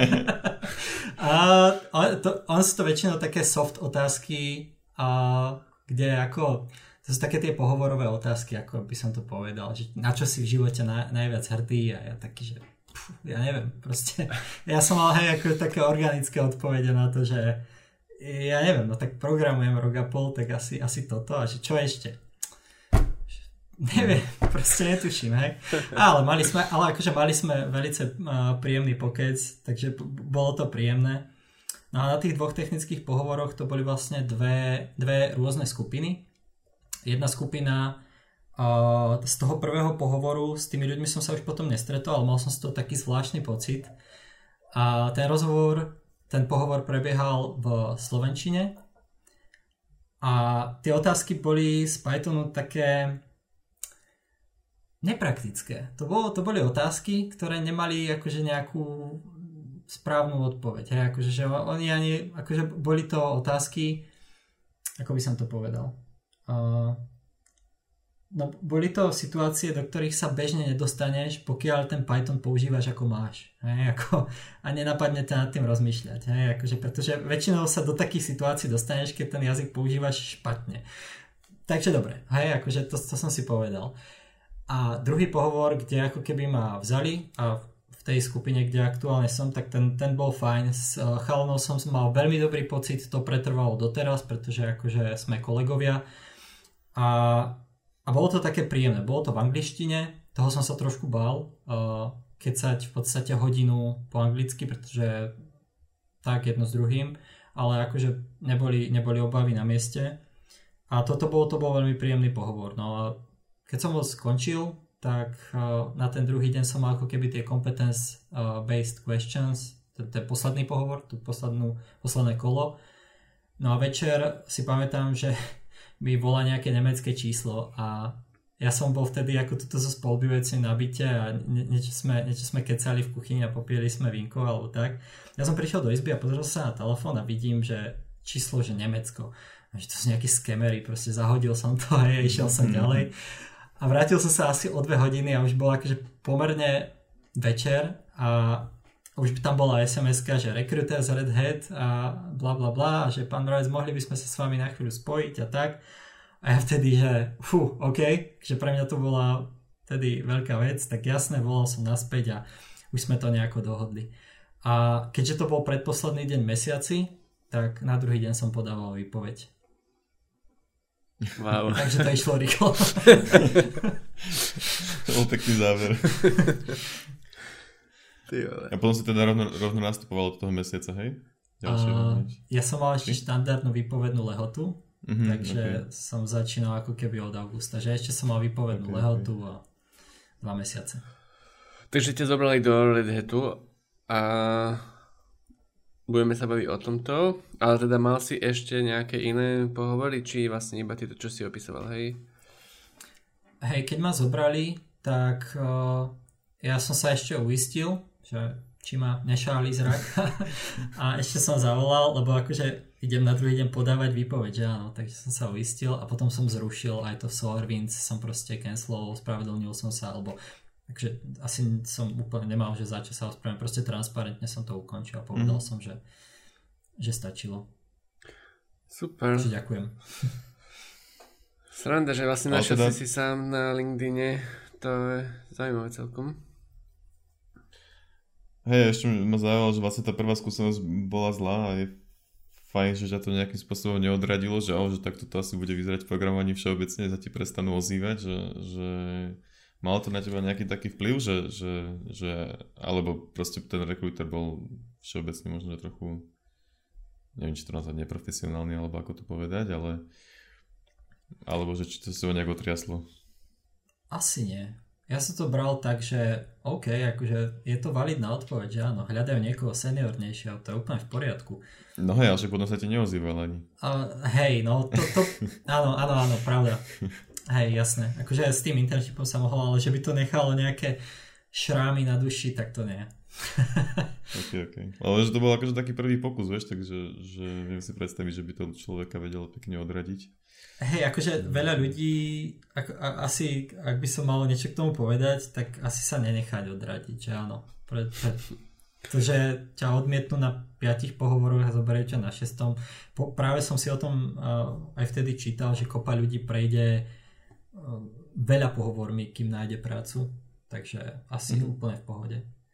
a, a to, on sú to väčšinou také soft otázky, a, kde ako, to sú také tie pohovorové otázky, ako by som to povedal, že na čo si v živote na, najviac hrdý a ja taký, že pf, ja neviem, proste, ja som mal hej, ako také organické odpovede na to, že ja neviem, no tak programujem rok a pol, tak asi, asi toto a že čo ešte? Neviem, proste netuším, hej. Ale mali sme, ale akože mali sme velice uh, príjemný pokec, takže b- bolo to príjemné. No a na tých dvoch technických pohovoroch to boli vlastne dve, dve rôzne skupiny. Jedna skupina uh, z toho prvého pohovoru, s tými ľuďmi som sa už potom nestretol, ale mal som z toho taký zvláštny pocit. A ten rozhovor, ten pohovor prebiehal v slovenčine a tie otázky boli z Pythonu také nepraktické. To, bolo, to boli otázky, ktoré nemali akože nejakú správnu odpoveď. Hej? Akože, že oni ani, akože boli to otázky, ako by som to povedal. Uh, no, boli to situácie, do ktorých sa bežne nedostaneš, pokiaľ ten Python používaš ako máš. Hej? Ako, a nenapadne ťa nad tým rozmýšľať. Hej? Akože, pretože väčšinou sa do takých situácií dostaneš, keď ten jazyk používaš špatne. Takže dobre. Hej? Akože to, to som si povedal. A druhý pohovor, kde ako keby ma vzali a v tej skupine, kde aktuálne som, tak ten, ten bol fajn. S chalanou som mal veľmi dobrý pocit, to pretrvalo doteraz, pretože akože sme kolegovia. A, a bolo to také príjemné. Bolo to v angličtine, toho som sa trošku bál, uh, kecať v podstate hodinu po anglicky, pretože tak jedno s druhým, ale akože neboli, neboli obavy na mieste. A toto bol, to bol veľmi príjemný pohovor. No a keď som ho skončil, tak uh, na ten druhý deň som mal ako keby tie competence-based uh, questions, ten, ten posledný pohovor, tú poslednú, posledné kolo. No a večer si pamätám, že mi volá nejaké nemecké číslo a ja som bol vtedy ako tuto so spolubývajúcim na byte a nie, niečo, sme, niečo sme kecali v kuchyni a popili sme vínko alebo tak. Ja som prišiel do izby a pozrel sa na telefón a vidím, že číslo, že Nemecko. A že to sú nejakí skemery, proste zahodil som to a išiel som ďalej. A vrátil som sa asi o dve hodiny a už bol akože pomerne večer a už tam bola es em eska, že recruiter z Red Hat a bla bla bla a že pán Moravec, mohli by sme sa s vami na chvíľu spojiť a tak. A ja vtedy, že fú, OK, že pre mňa to bola vtedy veľká vec, tak jasné, volal som naspäť a už sme to nejako dohodli. A keďže to bol predposledný deň mesiaci, tak na druhý deň som podával výpoveď. Wow. Takže to išlo rýchlo. To bol pekný záver. Ty vole. A potom si teda rovno, rovno nastupoval od toho mesiaca, hej? Uh, ja som mal ešte štandardnú výpovednú lehotu, mm-hmm, takže okay. som začínal ako keby od augusta, že ešte som mal výpovednú okay, lehotu okay. a dva mesiace. Takže ťa zobrali do Red Hatu a budeme sa baviť o tomto, ale teda mal si ešte nejaké iné pohovory, či vlastne iba tieto, čo si opisoval, hej? Hej, keď ma zobrali, tak uh, ja som sa ešte uistil, že či ma nešáli zrak a ešte som zavolal, lebo akože idem na druhý deň podávať výpoveď, že áno, takže som sa uistil a potom som zrušil aj to SolarWinds, som proste cancelol, spravedlnil som sa, alebo takže asi som úplne nemal, že za čo sa ospravedlňujem, proste transparentne som to ukončil a povedal mm. som, že, že stačilo. Super. Takže ďakujem. Sranda, že vlastne našiel teda... si si sám na LinkedIne, to je zaujímavé celkom. Hej, ešte ma zaujalo, že vlastne tá prvá skúsenosť bola zlá a je fajn, že ťa to nejakým spôsobom neodradilo, že, oh, že takto to asi bude vyzerať v programovaní všeobecne, za ti prestanú ozývať, že, že malo to na teba nejaký taký vplyv, že, že, že alebo proste ten rekrúter bol všeobecne možno trochu, neviem, či to nazvať neprofesionálny, alebo ako to povedať, ale alebo že či to sa ho nejak otriaslo. Asi nie. Ja som to bral tak, že OK, akože je to validná odpoveď, že áno, hľadajú niekoho seniornejšieho, to je úplne v poriadku. No hej, ale že potom sa ti neozýval ani. Uh, hej, no to, to, áno, áno, áno, pravda. Hej, jasné. Akože s tým internshipom sa mohlo, ale že by to nechalo nejaké šrámy na duši, tak to nie. ok, ok. Ale že to bol akože taký prvý pokus, vieš, takže že viem si predstaviť, že by to človeka vedelo pekne odradiť. Hej, akože veľa ľudí, ako, a, asi, ak by som mal niečo k tomu povedať, tak asi sa nenechať odradiť, že áno. Pre, pre, pretože ťa odmietnú na piatich pohovoroch a zoberie ťa na šestom. Po, práve som si o tom uh, aj vtedy čítal, že kopa ľudí prejde uh, veľa pohovormi, kým nájde prácu. Takže asi mm-hmm. úplne v pohode.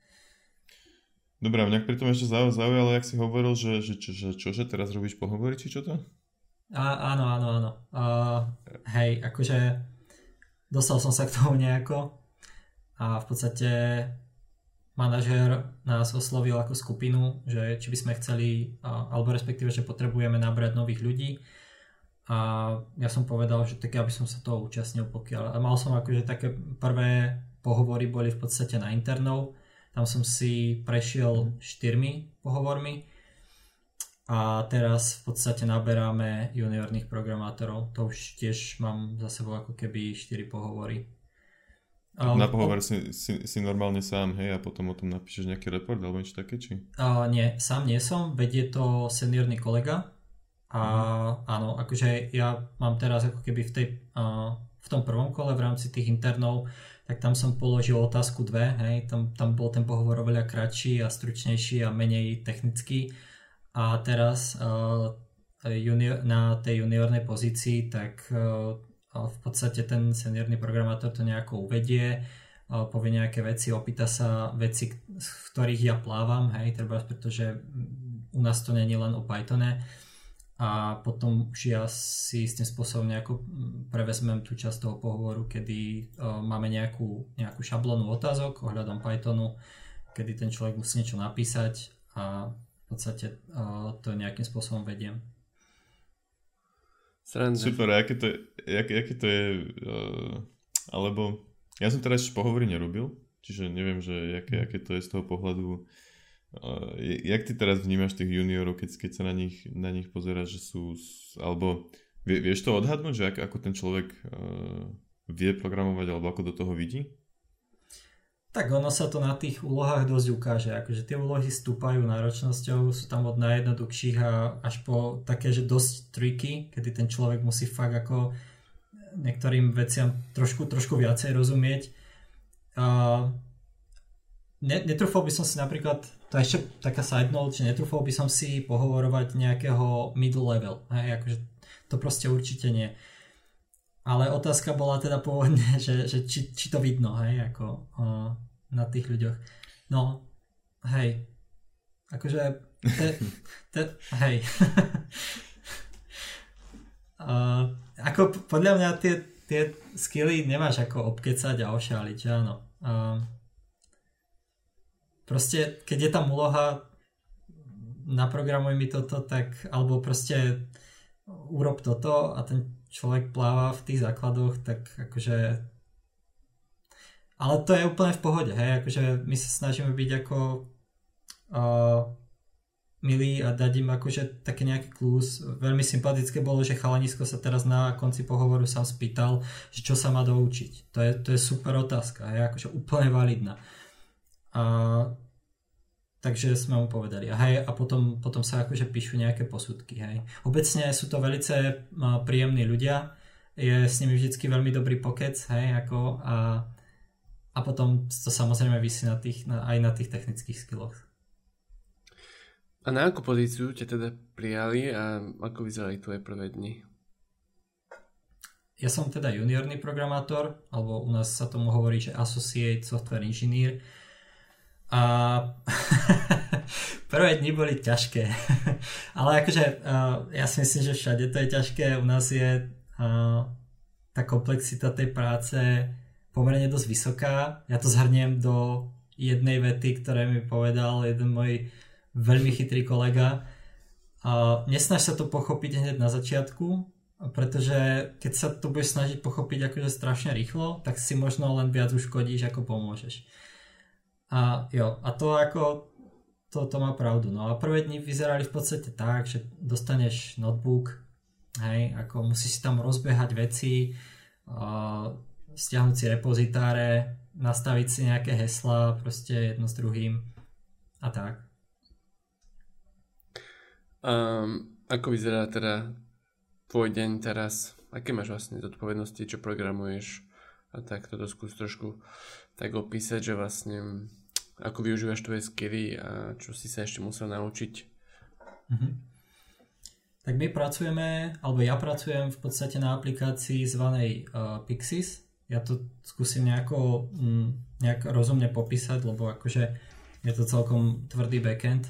Dobre, mňa pri tom ešte zaujalo, jak si hovoril, že, že, čo, že čože teraz robíš pohovory, či čo to? Á, áno, áno, áno. Uh, hej, akože dostal som sa k tomu nejako a v podstate manažér nás oslovil ako skupinu, že či by sme chceli, uh, alebo respektíve, že potrebujeme nabrať nových ľudí a ja som povedal, že tak aby som sa toho účastnil, pokiaľ a mal som akože také prvé pohovory boli v podstate na internov, tam som si prešiel štyrmi pohovormi a teraz v podstate naberáme juniorných programátorov. To už tiež mám za sebou ako keby štyri pohovory. Na pohovor si, si, si normálne sám, hej, a potom o tom napíšeš nejaký report alebo niečo také, či? Uh, nie, sám nie som, vedie to seniorný kolega a mm. áno, akože ja mám teraz ako keby v, tej, uh, v tom prvom kole v rámci tých internov, tak tam som položil otázku dve, hej, tam, tam bol ten pohovor oveľa kratší a stručnejší a menej technický. A teraz uh, junior, na tej juniornej pozícii, tak uh, v podstate ten seniorný programátor to nejako uvedie, uh, povie nejaké veci, opýta sa veci, z ktorých ja plávam, hej, treba, pretože u nás to nie je len o Pythone. A potom už ja si s tým spôsobom nejako prevezmem tú časť toho pohovoru, kedy uh, máme nejakú, nejakú šablónu otázok ohľadom Pythonu, kedy ten človek musí niečo napísať a v podstate uh, to nejakým spôsobom vediem. Sranda. Super, aké to je, aké, aké to je uh, alebo ja som teraz pohovory nerobil, čiže neviem, že aké, aké to je z toho pohľadu uh, jak ty teraz vnímaš tých juniorov, keď, keď sa na nich, na nich pozeráš, že sú, alebo vie, vieš to odhadnúť, že ak, ako ten človek uh, vie programovať, alebo ako do toho vidí? Tak ono sa to na tých úlohách dosť ukáže, akože tie úlohy stúpajú náročnosťou, sú tam od najjednoduchších a až po také, že dosť tricky, kedy ten človek musí fakt ako niektorým veciam trošku, trošku viacej rozumieť. Uh, netrúfol by som si napríklad, to je ešte taká side note, že netrúfol by som si pohovorovať nejakého middle level, hej, akože to proste určite nie. Ale otázka bola teda pôvodne, že, že či, či to vidno, hej, ako uh, na tých ľuďoch. No, hej, akože, te, te, hej. uh, ako podľa mňa tie, tie skilly nemáš ako obkecať a ošáliť, že áno. Uh, proste, keď je tam úloha, naprogramuj mi toto, tak, alebo proste urob toto a ten človek pláva v tých základoch, tak akože... Ale to je úplne v pohode, hej, akože my sa snažíme byť ako uh, milí a dať im akože také nejaký klus. Veľmi sympatické bolo, že chalanisko sa teraz na konci pohovoru sám spýtal, že čo sa má doučiť. To je, to je super otázka, hej, akože úplne validná. A takže sme mu povedali. A, hej, a potom, potom sa akože píšu nejaké posudky. Hej. Obecne sú to velice príjemní ľudia. Je s nimi vždycky veľmi dobrý pokec. Hej, ako, a, a potom to samozrejme visí na tých, na, aj na tých technických skilloch. A na akú pozíciu ťa teda prijali a ako vyzerali tvoje prvé dni? Ja som teda juniorný programátor, alebo u nás sa tomu hovorí, že associate software engineer. A prvé dni boli ťažké. Ale akože uh, ja si myslím, že všade to je ťažké. U nás je uh, tá komplexita tej práce pomerne dosť vysoká. Ja to zhrniem do jednej vety, ktoré mi povedal jeden môj veľmi chytrý kolega. Uh, nesnaž sa to pochopiť hneď na začiatku, pretože keď sa to budeš snažiť pochopiť akože strašne rýchlo, tak si možno len viac uškodíš, ako pomôžeš. A jo, a to ako, to, to má pravdu. No a prvé dni vyzerali v podstate tak, že dostaneš notebook, hej, ako musíš si tam rozbiehať veci, uh, stiahnuť si repozitáre, nastaviť si nejaké heslá, proste jedno s druhým a tak. Um, ako vyzerá teda tvoj deň teraz? Aké máš vlastne zodpovednosti, čo programuješ? A tak toto skús trošku tak opísať, že vlastne ako využívaš tvoje skilly a čo si sa ešte musel naučiť. Mhm. Tak my pracujeme, alebo ja pracujem v podstate na aplikácii zvanej uh, Pixis. Ja to skúsim nejako mm, nejak rozumne popísať, lebo akože je to celkom tvrdý backend.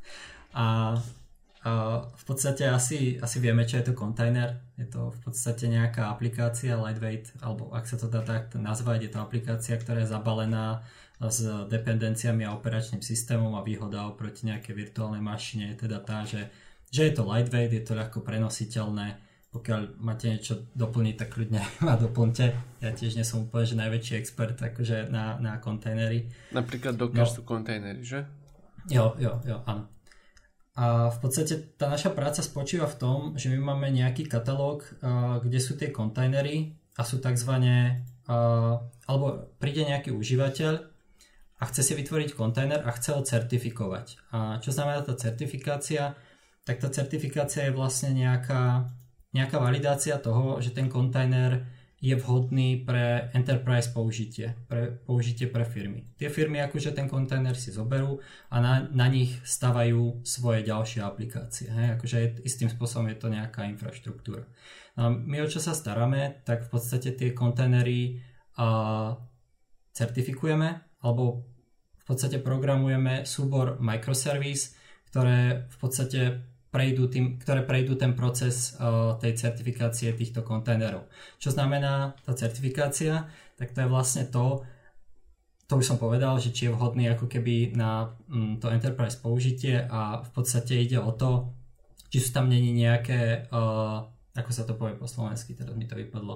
a Uh, v podstate asi, asi vieme, čo je to kontajner. Je to v podstate nejaká aplikácia lightweight, alebo ak sa to dá tak nazvať, je to aplikácia, ktorá je zabalená s dependenciami a operačným systémom a výhoda oproti nejakej virtuálnej mašine je teda tá, že, že je to lightweight, je to ľahko prenositeľné. Pokiaľ máte niečo doplniť, tak kľudne ma doplňte. Ja tiež nie som úplne že najväčší expert akože na, na kontajnery. Napríklad Docker no. sú kontajnery, že? Jo, jo, jo, áno. A v podstate tá naša práca spočíva v tom, že my máme nejaký katalóg, uh, kde sú tie kontajnery a sú takzvané, uh, alebo príde nejaký užívateľ a chce si vytvoriť kontajner a chce ho certifikovať. A čo znamená tá certifikácia? Tak tá certifikácia je vlastne nejaká, nejaká validácia toho, že ten kontajner je vhodný pre enterprise použitie, pre použitie pre firmy. Tie firmy akože ten kontajner si zoberú a na, na nich stavajú svoje ďalšie aplikácie. Hej? Akože je, istým spôsobom je to nejaká infraštruktúra. A my o čo sa staráme, tak v podstate tie kontajnery a, certifikujeme, alebo v podstate programujeme súbor microservice, ktoré v podstate prejdú tým, ktoré prejdú ten proces uh, tej certifikácie týchto kontajnerov. Čo znamená tá certifikácia? Tak to je vlastne to, to už som povedal, že či je vhodný ako keby na um, to enterprise použitie a v podstate ide o to, či sú tam není nejaké, uh, ako sa to povie po slovensky, teraz mi to vypadlo.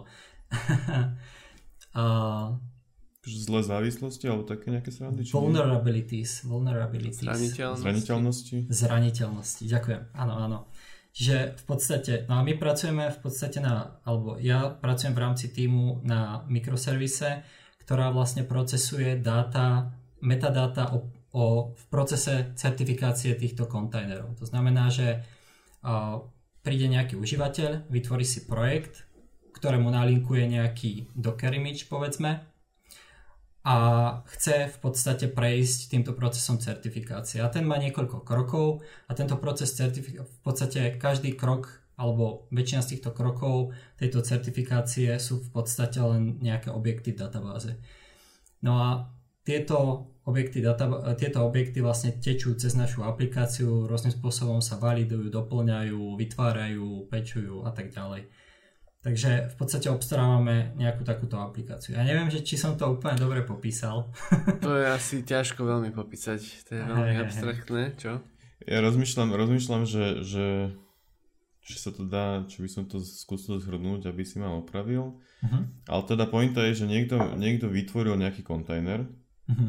uh, Zlé závislosti alebo také nejaké srandy? Vulnerabilities. Vulnerabilities. Zraniteľnosti. Zraniteľnosti. Zraniteľnosti, ďakujem. Áno, áno. Čiže v podstate, no a my pracujeme v podstate na, alebo ja pracujem v rámci týmu na mikroservise, ktorá vlastne procesuje dáta, metadáta o, o, v procese certifikácie týchto kontajnerov. To znamená, že uh, príde nejaký užívateľ, vytvorí si projekt, ktorému nalinkuje nejaký Docker image, povedzme, a chce v podstate prejsť týmto procesom certifikácie. A ten má niekoľko krokov a tento proces certifikácie, v podstate každý krok alebo väčšina z týchto krokov tejto certifikácie sú v podstate len nejaké objekty v databáze. No a tieto objekty, databá- tieto objekty vlastne tečú cez našu aplikáciu, rôznym spôsobom sa validujú, doplňajú, vytvárajú, pečujú a tak ďalej. Takže v podstate obstarávame nejakú takúto aplikáciu. Ja neviem, že či som to úplne dobre popísal. To je asi ťažko veľmi popísať. To je veľmi hey, abstraktné, čo? Ja rozmýšľam, rozmýšľam že, že, že sa to dá, či by som to skúsil zhrnúť, aby si ma opravil. Uh-huh. Ale teda pointa je, že niekto, niekto vytvoril nejaký kontajner uh-huh.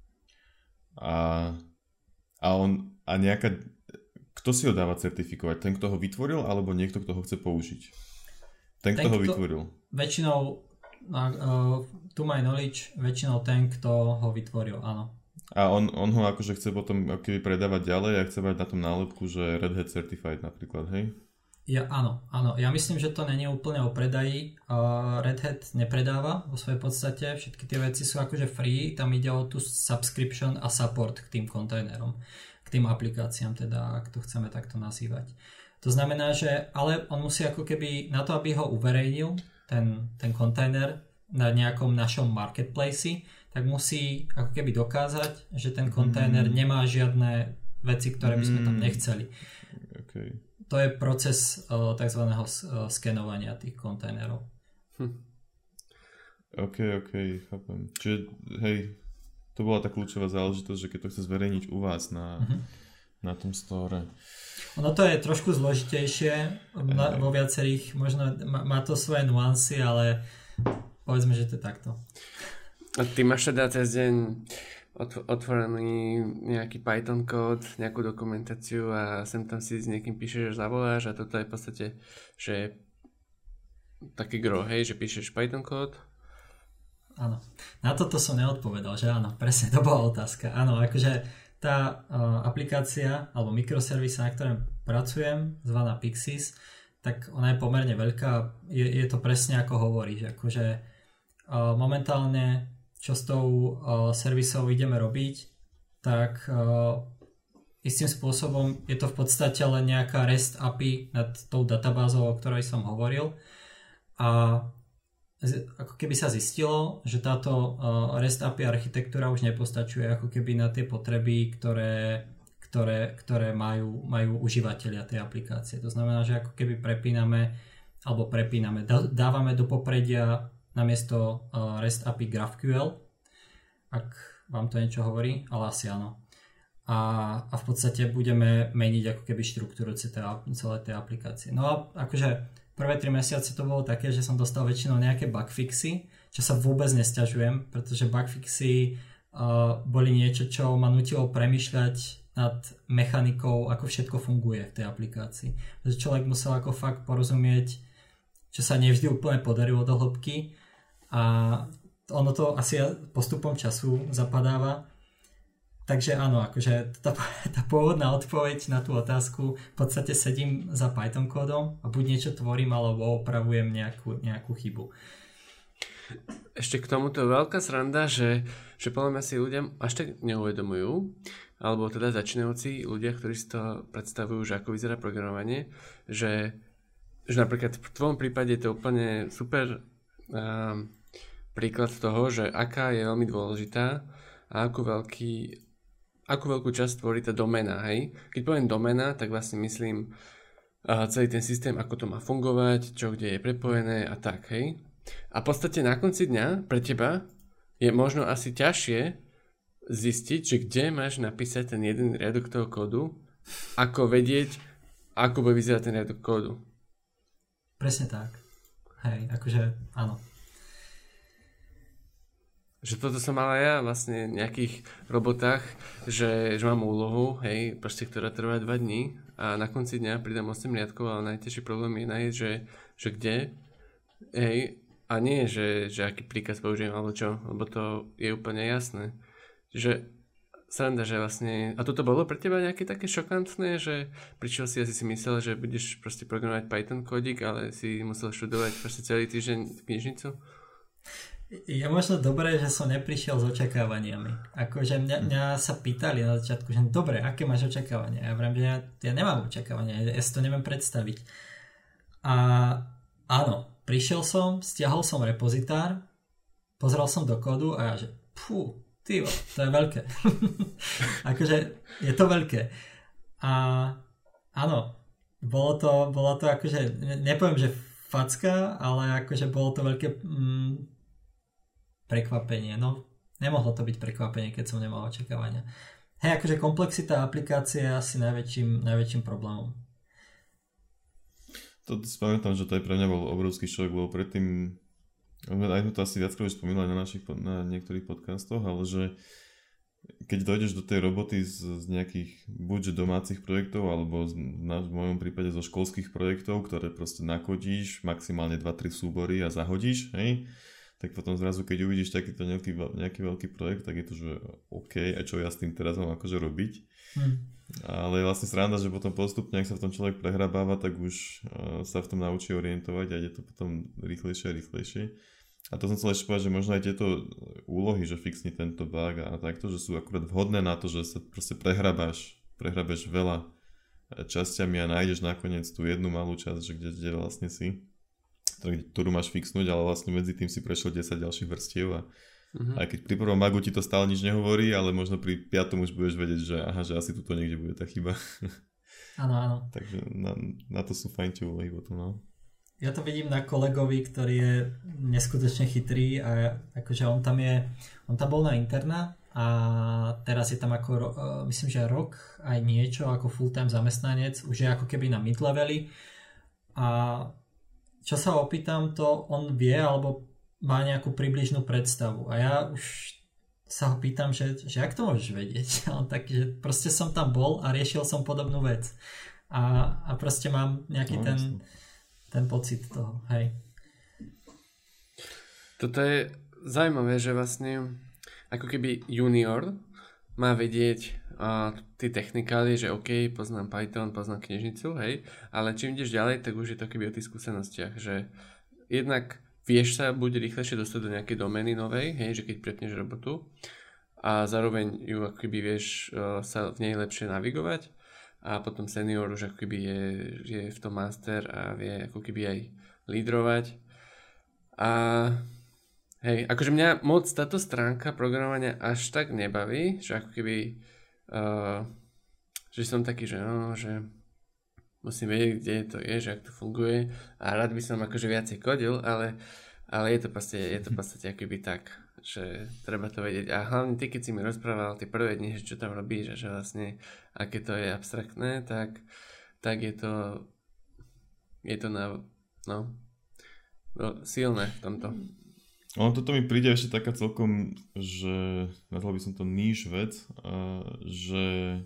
a, a on a nejaká, kto si ho dáva certifikovať? Ten, kto ho vytvoril, alebo niekto, kto ho chce použiť? Ten, kto ten, ho vytvoril. Väčšinou, uh, to my knowledge, väčšinou ten, kto ho vytvoril, áno. A on, on ho akože chce potom keby predávať ďalej a chce mať na tom nálepku, že Red Hat Certified napríklad, hej? Ja, áno, áno. Ja myslím, že to není úplne o predaji. Uh, Red Hat nepredáva vo svojej podstate. Všetky tie veci sú akože free. Tam ide o tú subscription a support k tým kontajnerom, k tým aplikáciám, teda, ak to chceme takto nazývať. To znamená, že ale on musí ako keby na to, aby ho uverejnil, ten, ten kontajner na nejakom našom marketplace, tak musí ako keby dokázať, že ten kontajner mm. nemá žiadne veci, ktoré by sme tam nechceli. Okay. To je proces uh, tzv. Uh, skenovania tých kontajnerov. Hm. OK, OK, chápem. Čiže, hej, to bola tá kľúčová záležitosť, že keď to chce zverejniť u vás na, uh-huh. na tom store. Ono to je trošku zložitejšie na, vo viacerých, možno má, má to svoje nuancy, ale povedzme, že to je takto. A ty máš teda cez deň otvorený nejaký Python kód, nejakú dokumentáciu a sem tam si s niekým píšeš, zavoláš a toto je v podstate, že taký gro, hej, že píšeš Python kód. Áno. Na toto som neodpovedal, že áno, presne, to bola otázka. Áno, akože tá uh, aplikácia alebo mikroservis, na ktorom pracujem, zvaná Pixis, tak ona je pomerne veľká, je, je to presne ako hovoríš, akože uh, momentálne čo s tou uh, servisou ideme robiť, tak uh, istým spôsobom je to v podstate len nejaká REST á pé í nad tou databázou, o ktorej som hovoril. A z, ako keby sa zistilo, že táto uh, REST á pé í architektúra už nepostačuje ako keby na tie potreby, ktoré, ktoré, ktoré majú, majú užívateľia tej aplikácie. To znamená, že ako keby prepíname alebo prepíname, dávame do popredia namiesto uh, REST á pé í GraphQL, ak vám to niečo hovorí, ale asi áno. A, a v podstate budeme meniť ako keby štruktúru celej tej aplikácie. No a akože prvé tri mesiace to bolo také, že som dostal väčšinou nejaké bugfixy, čo sa vôbec nesťažujem, pretože bugfixy uh, boli niečo, čo ma nutilo premýšľať nad mechanikou, ako všetko funguje v tej aplikácii. Pretože človek musel ako fakt porozumieť, čo sa nevždy úplne podarilo do hĺbky a ono to asi postupom času zapadáva. Takže áno, akože tá, tá pôvodná odpoveď na tú otázku, v podstate sedím za Python kódom a buď niečo tvorím, alebo opravujem nejakú, nejakú chybu. Ešte k tomuto je veľká sranda, že, že podľa mňa si ľudia až tak neuvedomujú, alebo teda začínajúci ľudia, ktorí si to predstavujú, že ako vyzerá programovanie, že že napríklad v tvojom prípade je to úplne super um, príklad toho, že aká je veľmi dôležitá a akú, veľký, akú veľkú časť tvorí tá domena, hej. Keď poviem domena, tak vlastne myslím uh, celý ten systém, ako to má fungovať, čo kde je prepojené a tak, hej. A v podstate na konci dňa pre teba je možno asi ťažšie zistiť, že kde máš napísať ten jeden riadok toho kódu, ako vedieť, ako bude vyzerať ten riadok kódu. Presne tak. Hej, akože áno. Že toto som mal aj ja vlastne v nejakých robotách, že, že mám úlohu, hej, proste, ktorá trvá dva dní a na konci dňa pridám osem riadkov, ale najťažší problém je nájsť, že, že kde, hej, a nie, že, že aký príkaz použijem alebo čo, lebo to je úplne jasné. Že sranda, že vlastne... A toto bolo pre teba nejaké také šokantné, že prišiel si asi si myslel, že budeš proste programovať Python kódik, ale si musel študovať proste celý týždeň knižnicu? Je možno dobré, že som neprišiel s očakávaniami. Akože mňa, mňa sa pýtali na začiatku, že dobre, aké máš očakávania? Ja viem, že ja, ja nemám očakávania, ja, ja si to neviem predstaviť. A áno, prišiel som, stiahol som repozitár, pozrel som do kódu a ja že pfú, Tyvo, to je veľké. Akože je to veľké. A áno, bolo to, bolo to akože, nepoviem, že facka, ale akože bolo to veľké mm, prekvapenie. No, nemohlo to byť prekvapenie, keď som nemal očakávania. hej, akože komplexita aplikácie je asi najväčším, najväčším problémom. To si pamätám, že to aj pre mňa bol obrovský šok, bol predtým, aj sme to asi viackrát už spomínali na, našich, na niektorých podcastoch, ale že keď dojdeš do tej roboty z, z nejakých buď domácich projektov, alebo z, na, v mojom prípade zo školských projektov, ktoré proste nakodíš, maximálne dva tri súbory a zahodíš, hej, tak potom zrazu, keď uvidíš takýto nejaký, nejaký veľký projekt, tak je to, že OK, a čo ja s tým teraz mám akože robiť? Hmm. Ale je vlastne sranda, že potom postupne, ak sa v tom človek prehrabáva, tak už uh, sa v tom naučí orientovať a ide to potom rýchlejšie a rýchlejšie. A to som chcel ešte povedať, že možno aj tieto úlohy, že fixni tento bug a takto, že sú akurát vhodné na to, že sa proste prehrabáš, prehrabeš veľa časťami a nájdeš nakoniec tú jednu malú časť, že kde, kde vlastne si, ktorú máš fixnúť, ale vlastne medzi tým si prešiel desať ďalších vrstiev a uh-huh. aj keď pri prvom bugu ti to stále nič nehovorí, ale možno pri piatom už budeš vedieť, že aha, že asi tuto niekde bude tá chyba. Áno, áno. Takže na, na to sú fajn tie úlohy potom, no. Ja to vidím na kolegovi, ktorý je neskutočne chytrý a akože on tam je, on tam bol na interná a teraz je tam ako, myslím, že rok aj niečo ako full-time zamestnanec, už je ako keby na mid-leveli a čo sa opýtam, to on vie alebo má nejakú približnú predstavu a ja už sa ho pýtam, že, že jak to môžeš vedieť? A on tak, že proste som tam bol a riešil som podobnú vec a, a proste mám nejaký no, ten ten pocit toho, hej. Toto je zaujímavé, že vlastne ako keby junior má vedieť uh, tie technikálie, že OK, poznám Python, poznám knižnicu, hej, ale čím ideš ďalej, tak už je to keby o tých skúsenostiach, že jednak vieš sa buď rýchlejšie dostať do nejakej domény novej, hej, že keď prepneš robotu a zároveň ju ako keby vieš uh, sa v nej lepšie navigovať. A potom senior už ako keby je, je v tom master a vie ako keby aj lídrovať. A hej, akože mňa moc táto stránka programovania až tak nebaví, že ako keby uh, že som taký, že no, že musím vedieť, kde to je, že ak to funguje a rád by som akože viacej kodil, ale, ale je to proste, je to proste ako keby tak, že treba to vedieť. A hlavne ty, keď si mi rozprával tie prvé dni, že čo tam robíš a že vlastne aké to je abstraktné, tak, tak je to je to na, no, no silné v tomto. Ono toto mi príde ešte taká celkom, že nazval by som to níž vec, že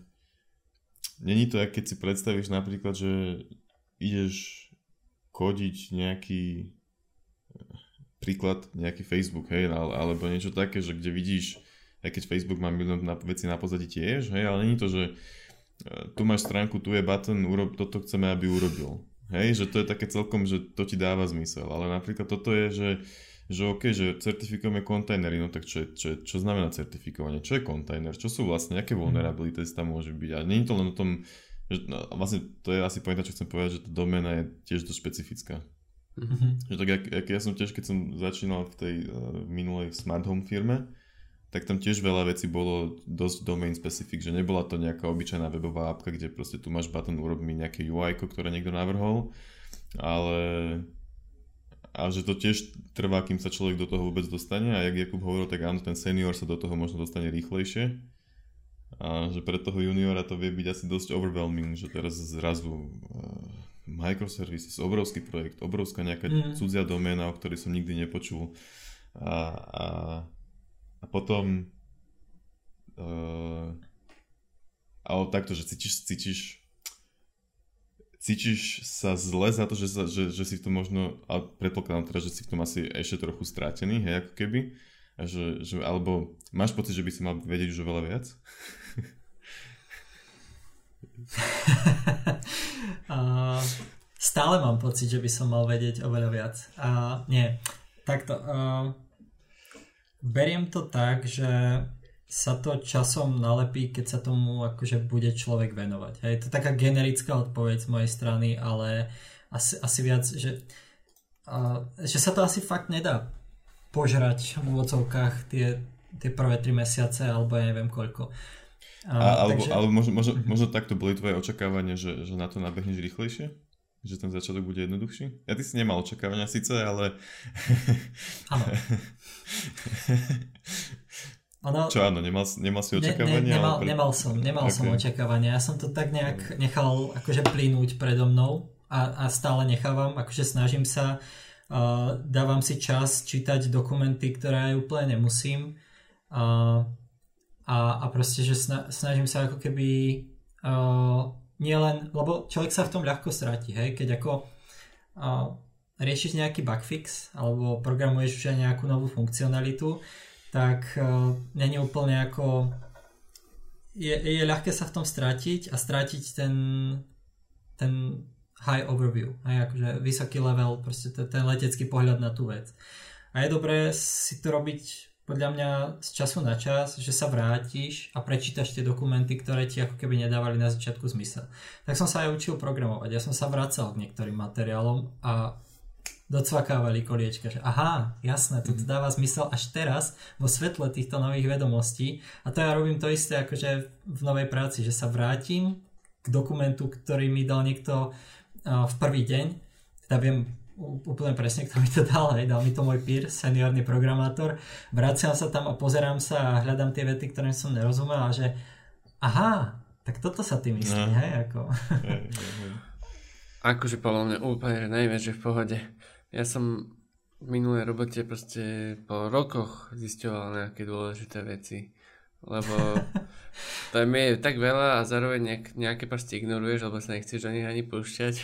není to, keď si predstavíš napríklad, že ideš kodiť nejaký príklad, nejaký Facebook, hej, alebo niečo také, že kde vidíš, aj keď Facebook má milión veci na pozadí tiež, hej, ale není to, že tu máš stránku, tu je button, urob, toto chceme, aby urobil. Hej, že to je také celkom, že to ti dáva zmysel, ale napríklad toto je, že, že OK, že certifikujeme kontajnery, no tak čo, je, čo, je, čo znamená certifikovanie? Čo je kontajner? Čo sú vlastne, aké vulnerabilities tam môže byť? A nie je to len o tom, že no, vlastne to je asi pointa, čo chcem povedať, že tá doména je tiež dosť špecifická. Mm-hmm. Že tak, jak, jak ja som tiež, keď som začínal v tej uh, minulej smart home firme, tak tam tiež veľa vecí bolo dosť domain specific, že nebola to nejaká obyčajná webová appka, kde proste tu máš button, urob mi nejaké ú í ko, ktoré niekto navrhol, ale a že to tiež trvá, kým sa človek do toho vôbec dostane a jak Jakub hovoril, tak áno, ten senior sa do toho možno dostane rýchlejšie a že pre toho juniora to vie byť asi dosť overwhelming, že teraz zrazu uh, microservices, obrovský projekt, obrovská nejaká mm. cudzia doména, o ktorej som nikdy nepočul. A, a, a potom uh, ale takto, že cítiš, cítiš cítiš sa zle za to, že, sa, že, že si v tom možno, ale predpokladám teda, že si v tom asi ešte trochu strátený, hej, ako keby. A že, že, alebo máš pocit, že by si mal vedieť už oveľa viac? uh, stále mám pocit, že by som mal vedieť oveľa viac. Uh, nie, takto. Uh, beriem to tak, že sa to časom nalepí, keď sa tomu akože bude človek venovať. Hej, to je taká generická odpoveď z mojej strany, ale asi, asi viac, že, uh, že sa to asi fakt nedá požrať v úvodzovkách tie, tie prvé tri mesiace, alebo ja neviem koľko. A, a, alebo takže... alebo možno, možno, možno takto boli tvoje očakávania, že, že na to nabehneš rýchlejšie? Že ten začiatok bude jednoduchší? Ja ty si nemal očakávania síce, ale... Áno. Ono, Čo áno, nemal, nemal si očakávania? Ne, ne, nemal, pre... nemal som, nemal okay. som očakávania. Ja som to tak nejak nechal akože plynúť predo mnou a, a stále nechávam, akože snažím sa, uh, dávam si čas čítať dokumenty, ktoré aj úplne nemusím uh, a, a proste, že sna, snažím sa ako keby uh, nielen, lebo človek sa v tom ľahko stratí, hej, keď ako uh, riešiš nejaký bugfix alebo programuješ už aj nejakú novú funkcionalitu, tak uh, není úplne ako je, je ľahké sa v tom stratiť a stratiť ten ten high overview, aj akože vysoký level, proste ten letecký pohľad na tú vec. A je dobré si to robiť podľa mňa z času na čas, že sa vrátiš a prečítaš tie dokumenty, ktoré ti ako keby nedávali na začiatku zmysel. Tak som sa aj učil programovať. Ja som sa vracal k niektorým materiálom a docvakávali koliečka, že aha, jasné, to dáva zmysel až teraz vo svetle týchto nových vedomostí a to ja robím to isté akože v novej práci, že sa vrátim k dokumentu, ktorý mi dal niekto uh, v prvý deň, teda viem úplne presne, kto mi to dal, hej, dal mi to môj peer, seniorný programátor, vraciam sa tam a pozerám sa a hľadám tie vety, ktoré som nerozumel a že aha, tak toto sa ty myslí, no. Hej, ako akože podľa mňa úplne najviac, že v pohode. Ja som v minulej robote proste po rokoch zisťoval nejaké dôležité veci, lebo to je tak veľa a zároveň nejak, nejaké proste ignoruješ, lebo sa nechceš do nich ani púšťať.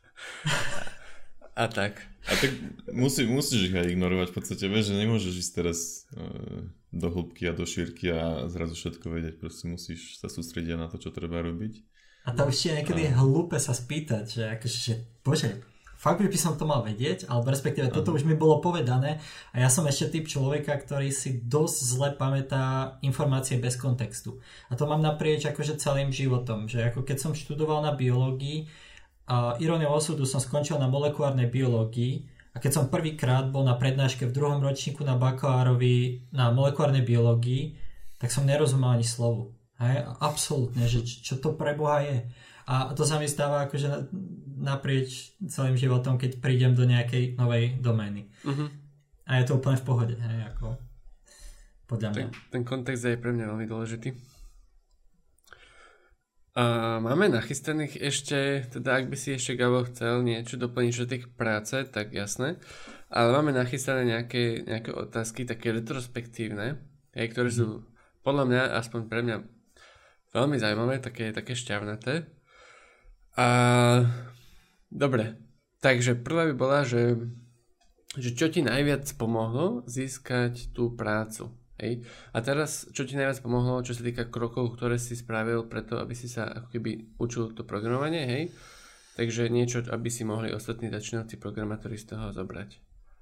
A tak. A tak musí, musíš ich aj ignorovať v podstate, vieš, že nemôžeš ísť teraz uh, do hĺbky a do šírky a zrazu všetko vedieť, proste musíš sa sústrediť na to, čo treba robiť. A to už je niekedy a... hlúpe sa spýtať, že akože, že bože, fakt by som to mal vedieť, alebo respektíve toto už mi bolo povedané a ja som ešte typ človeka, ktorý si dosť zle pamätá informácie bez kontextu. A to mám naprieč akože celým životom, že ako keď som študoval na biológii, a iróniou osudu som skončil na molekulárnej biológii a keď som prvýkrát bol na prednáške v druhom ročníku na bakalárovi na molekulárnej biológii, tak som nerozumel ani slovu. Hej? Absolútne, že čo to pre Boha je. A to sa mi stáva akože naprieč celým životom, keď prídem do nejakej novej domény. Uh-huh. A je to úplne v pohode. Hej? Ako podľa mňa. Ten, ten kontext je pre mňa veľmi dôležitý. A máme nachystaných ešte, teda ak by si ešte Gabo chcel niečo doplniť, čo tých práce, tak jasné. Ale máme nachystané nejaké, nejaké otázky, také retrospektívne, hej, ktoré mm. sú podľa mňa, aspoň pre mňa, veľmi zaujímavé, také, také šťavnaté. A dobre, takže prvá by bola, že, že čo ti najviac pomohlo získať tú prácu? Hej. A teraz, čo ti najviac pomohlo, čo sa týka krokov, ktoré si spravil preto, aby si sa ako keby učil to programovanie, hej? Takže niečo, aby si mohli ostatní začínajúci programátori z toho zobrať.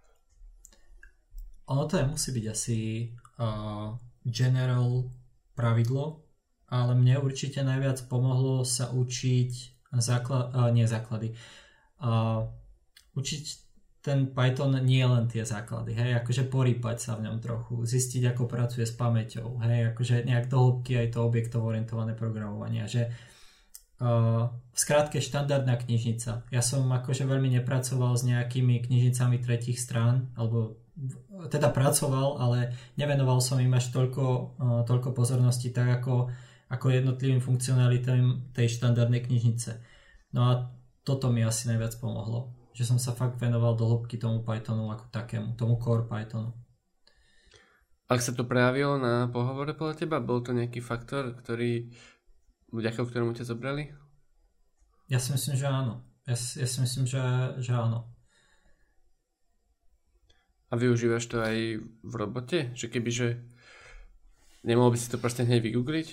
Ono to je, musí byť asi uh, general pravidlo, ale mne určite najviac pomohlo sa učiť základ, uh, nie základy, uh, učiť ten Python nie len tie základy, hej, akože porýpať sa v ňom trochu, zistiť, ako pracuje s pamäťou, hej, akože nejak do hĺbky aj to objektovo orientované programovanie, že uh, v skratke štandardná knižnica. Ja som akože veľmi nepracoval s nejakými knižnicami tretích strán, alebo teda pracoval, ale nevenoval som im až toľko, uh, toľko pozornosti, tak ako, ako jednotlivým funkcionalitám tej štandardnej knižnice. No a toto mi asi najviac pomohlo. Že som sa fakt venoval do hĺbky tomu Pythonu ako takému, tomu core Pythonu. Ak sa to prejavilo na pohovore podľa teba, bol to nejaký faktor, ktorý, vďaka ktorému ťa zobrali? Ja si myslím, že áno. Ja, ja si myslím, že, že áno. A využívaš to aj v robote? Že kebyže nemohol by si to proste hneď vygoogliť?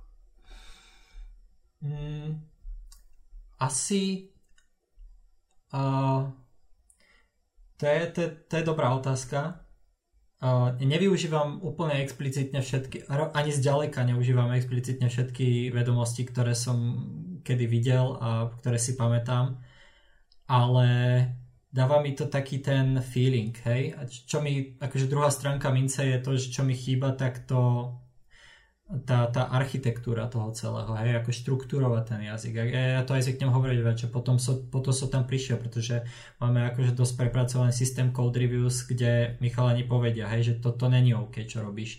Mm, asi... Uh, to, je, to, je, to je dobrá otázka. Uh, nevyužívam úplne explicitne všetky, ani zďaleka neužívam explicitne všetky vedomosti, ktoré som kedy videl a ktoré si pamätám, ale dáva mi to taký ten feeling, hej? A čo mi, akože druhá stránka mince je to, že čo mi chýba, tak to tá, tá architektúra toho celého, hej, ako štruktúrovať ten jazyk. Ja, ja to aj zvyknem hovoriť večer, potom som potom so tam prišiel, pretože máme akože dosť prepracovaný systém code reviews, kde mi chalani povedia, hej, že toto není OK, čo robíš.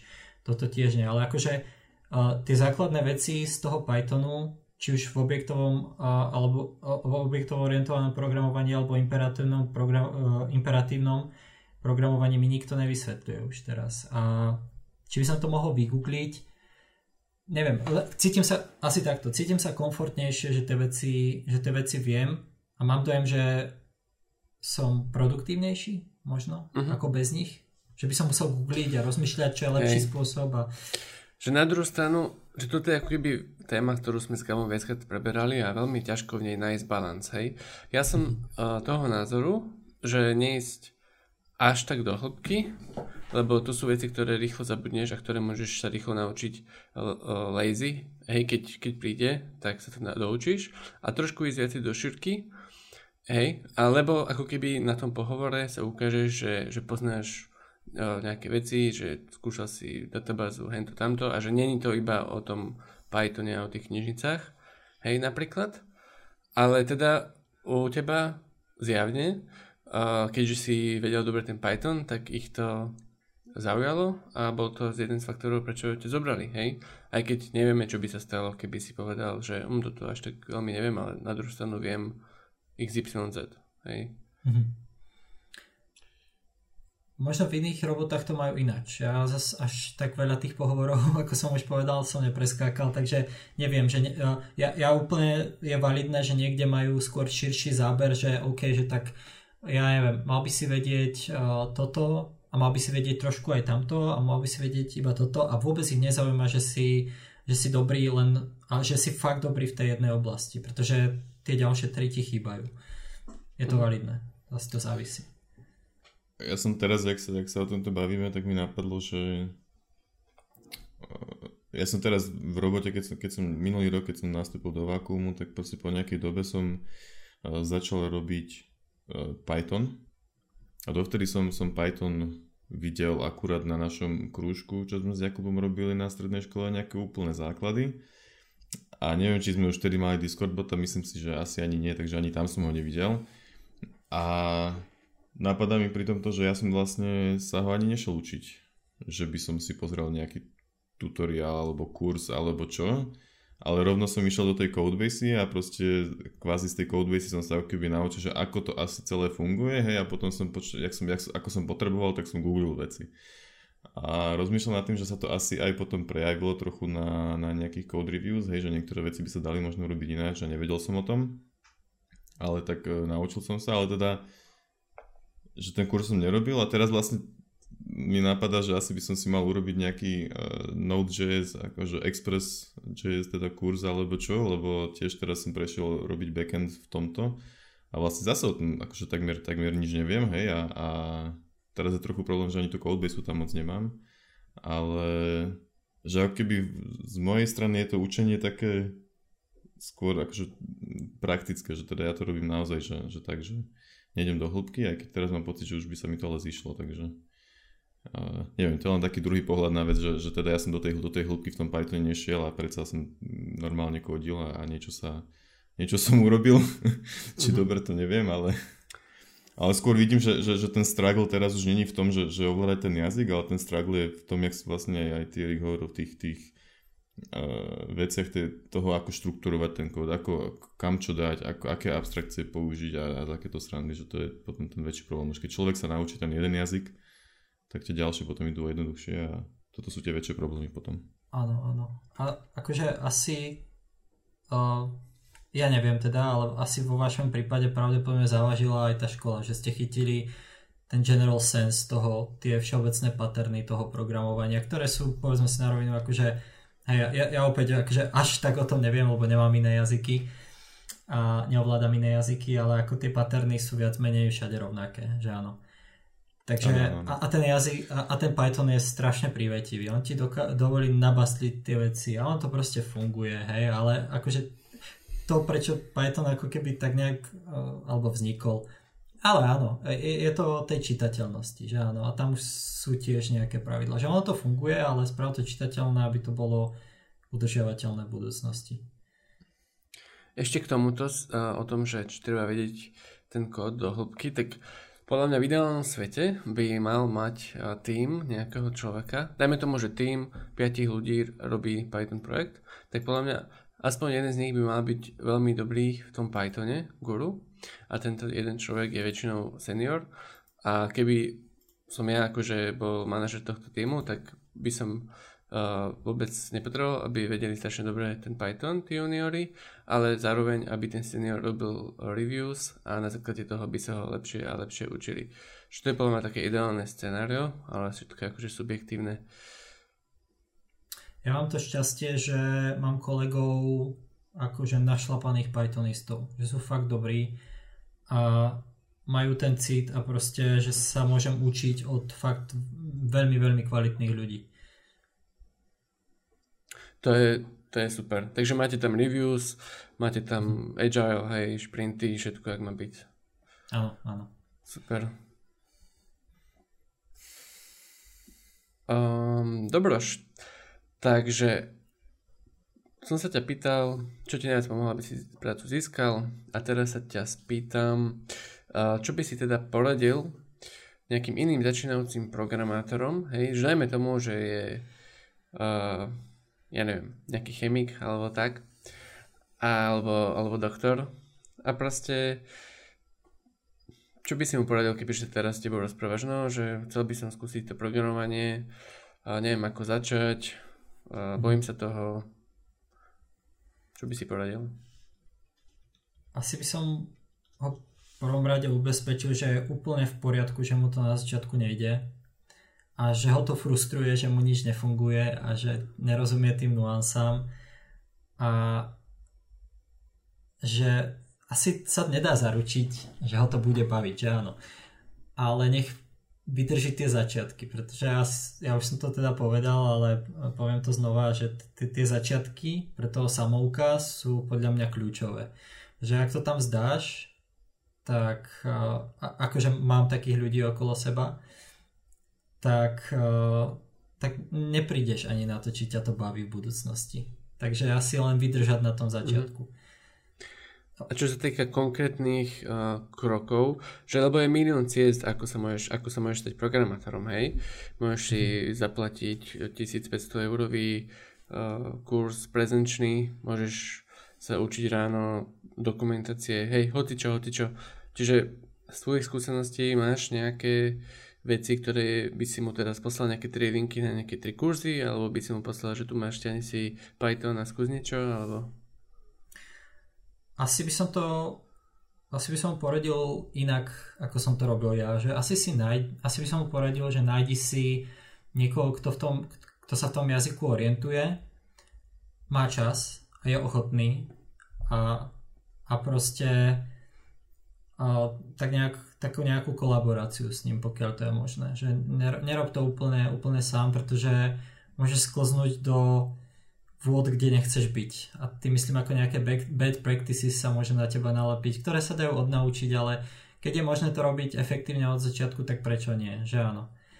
toto tiež nie, ale akože uh, tie základné veci z toho Pythonu, či už v objektovom uh, alebo uh, v objektovo orientovanom programovaní alebo imperatívnom, program, uh, imperatívnom programovaní mi nikto nevysvetľuje už teraz. A či by som to mohol vygoogliť, neviem, cítim sa asi takto, cítim sa komfortnejšie, že tie veci, že tie veci viem a mám dojem, že som produktívnejší možno, uh-huh. ako bez nich. Že by som musel googliť a rozmýšľať, čo je lepší Hej. spôsob. A... Že na druhú stranu, že toto je ako keby téma, ktorú sme s Gamom viackrát preberali a veľmi ťažko v nej nájsť balans. Hej. Ja som uh, toho názoru, že neísť až tak do hĺbky, lebo to sú veci, ktoré rýchlo zabudneš a ktoré môžeš sa rýchlo naučiť uh, lazy. Hej, keď, keď príde, tak sa to doučíš. A trošku ísť viac do šírky. Hej, alebo ako keby na tom pohovore sa ukáže, že, že poznáš o, nejaké veci, že skúšal si databázu, hento tamto a že není to iba o tom Pythone a o tých knižnicách, hej, napríklad. Ale teda u teba zjavne, o, keďže si vedel dobre ten Python, tak ich to zaujalo a bol to jeden z faktorov, prečo ťa zobrali, hej. Aj keď nevieme, čo by sa stalo, keby si povedal, že um, toto až tak veľmi neviem, ale na druhú stranu viem iks ypsilon zet, hej. Mm-hmm. Možno v iných robotách to majú ináč. Ja zase až tak veľa tých pohovorov, ako som už povedal, som nepreskákal, takže neviem, že ne, ja, ja úplne je validné, že niekde majú skôr širší záber, že OK, že tak ja neviem, mal by si vedieť uh, toto a mal by si vedieť trošku aj tamto a mal by si vedieť iba toto a vôbec ich nezaujíma, že si, že si dobrý len, ale že si fakt dobrý v tej jednej oblasti, pretože tie ďalšie tri ti chýbajú. Je to validné. Zase to závisí. Ja som teraz, jak sa, jak sa o tomto bavíme, tak mi napadlo, že ja som teraz v robote, keď som, keď som minulý rok, keď som nastúpil do Vakuumu, tak proste po nejakej dobe som začal robiť Python. A dovtedy som, som Python videl akurát na našom krúžku, čo sme s Jakubom robili na strednej škole, nejaké úplné základy. A neviem, či sme už vtedy mali Discord bota, myslím si, že asi ani nie, takže ani tam som ho nevidel. A napadá mi pri tom to, že ja som vlastne sa ho ani nešiel učiť. Že by som si pozrel nejaký tutoriál alebo kurz alebo čo. Ale rovno som išiel do tej codebasy a proste kvázi z tej codebasy som sa keby naučil, že ako to asi celé funguje, hej, a potom som, poč- jak som, jak, ako som potreboval, tak som googlil veci. A rozmýšľam nad tým, že sa to asi aj potom prejavilo trochu na, na nejakých code reviews, hej, že niektoré veci by sa dali možno robiť ináč a nevedel som o tom. Ale tak e, naučil som sa, ale teda, že ten kurz som nerobil a teraz vlastne mi napadá, že asi by som si mal urobiť nejaký uh, Node.js, akože Express.js teda kurz alebo čo, lebo tiež teraz som prešiel robiť backend v tomto a vlastne zase o tom akože takmer, takmer nič neviem, hej, a, a teraz je trochu problém, že ani tú codebase tam moc nemám, ale že ako keby z mojej strany je to učenie také skôr akože praktické, že teda ja to robím naozaj, že, že tak, že nejdem do hĺbky, aj keď teraz mám pocit, že už by sa mi to ale zišlo, takže Uh, neviem, to je len taký druhý pohľad na vec, že, že teda ja som do tej, do tej hĺbky v tom Pythone nešiel a predsa som normálne kodil a, a niečo sa niečo som urobil, či mm-hmm. dobre to neviem, ale ale skôr vidím, že, že, že ten struggle teraz už není v tom, že, že ovládať ten jazyk, ale ten struggle je v tom, jak vlastne aj tie hovoril v tých, tých uh, veciach tie, toho, ako štruktúrovať ten kód, ako, kam čo dať, ako, aké abstrakcie použiť a, a takéto srandy, že to je potom ten väčší problém. Už keď človek sa naučí ten jeden jazyk, tak tie ďalšie potom idú jednoduchšie a toto sú tie väčšie problémy potom. Áno, áno. A akože asi, uh, ja neviem teda, ale asi vo vašom prípade pravdepodobne závažila aj tá škola, že ste chytili ten general sense toho, tie všeobecné patterny toho programovania, ktoré sú, povedzme si na rovinu, akože, hej, ja, ja opäť akože až tak o tom neviem, lebo nemám iné jazyky a neovládam iné jazyky, ale ako tie patterny sú viac menej všade rovnaké, že áno. Takže ano, ano. A, a ten jazyk, a, a ten Python je strašne prívetivý. On ti doka- dovolí nabastliť tie veci a on to proste funguje, hej, ale akože to, prečo Python ako keby tak nejak uh, alebo vznikol. Ale áno, je, je to o tej čitateľnosti, že áno, a tam už sú tiež nejaké pravidlá. Že ono to funguje, ale sprav to čitateľné, aby to bolo udržiavateľné v budúcnosti. Ešte k tomuto uh, o tom, že či treba vedieť ten kód do hĺbky, tak Podľa mňa v ideálnom svete by mal mať tím nejakého človeka. Dajme tomu, že tím piatich ľudí robí Python projekt, tak podľa mňa aspoň jeden z nich by mal byť veľmi dobrý v tom Pythone, guru, a tento jeden človek je väčšinou senior. A keby som ja akože bol manažer tohto týmu, tak by som Uh, vôbec nepotreboval, aby vedeli strašne dobre ten Python, tí juniori, ale zároveň, aby ten senior robil reviews a na základe toho by sa ho lepšie a lepšie učili. Čo to je podľa mňa také ideálne scenário, ale všetko je akože subjektívne. Ja mám to šťastie, že mám kolegov akože našlapaných Pythonistov, že sú fakt dobrí a majú ten cit a proste, že sa môžem učiť od fakt veľmi, veľmi kvalitných ľudí. To je, to je super. Takže máte tam reviews, máte tam agile, hej, šprinty, všetko, jak má byť. Áno, áno. Super. Um, Dobroš, takže som sa ťa pýtal, čo ti najviac pomohlo, aby si prácu získal, a teraz sa ťa spýtam, uh, čo by si teda poradil nejakým iným začínajúcim programátorom, hej, že dajme tomu, že je uh, ja neviem, nejaký chemik alebo tak, alebo, alebo doktor, a proste čo by si mu poradil, kebyže teraz s tebou rozprávaš, no, že chcel by som skúsiť to programovanie a neviem ako začať, a bojím sa toho, čo by si poradil? Asi by som ho v prvom rade ubezpečil, že je úplne v poriadku, že mu to na začiatku nejde a že ho to frustruje, že mu nič nefunguje a že nerozumie tým nuansám a že asi sa nedá zaručiť, že ho to bude baviť, že áno. Ale nech vydrží tie začiatky, pretože ja, ja už som to teda povedal, ale poviem to znova, že t- tie začiatky pre toho samouka sú podľa mňa kľúčové. Že ak to tam zdáš, tak a, akože mám takých ľudí okolo seba, tak, uh, tak neprídeš ani na to, či ťa to baví v budúcnosti. Takže asi len vydržať na tom začiatku. A čo sa týka konkrétnych uh, krokov, že lebo je milión ciest, ako sa môžeš, ako sa môžeš stať programátorom, hej? Môžeš si zaplatiť tisícpäťsto eurový uh, kurz prezenčný, môžeš sa učiť ráno dokumentácie, hej, hocičo, hocičo. Čiže z tvojich skúseností máš nejaké veci, ktoré by si mu teraz poslal, nejaké tri linky na nejaké tri kurzy, alebo by si mu poslal, že tu máš ťahni si Python a skús niečo, alebo... Asi by som to asi by som mu poradil inak, ako som to robil ja, že asi si nájď, asi by som mu poradil, že nájdi si niekoho, kto, v tom, kto sa v tom jazyku orientuje, má čas a je ochotný a, a proste a, tak nejak takú nejakú kolaboráciu s ním, pokiaľ to je možné. Že nerob to úplne, úplne sám, pretože môžeš sklznúť do vôd, kde nechceš byť. A ty myslím, ako nejaké bad practices sa môže na teba nalepiť, ktoré sa dajú odnaučiť, ale keď je možné to robiť efektívne od začiatku, tak prečo nie? Že áno.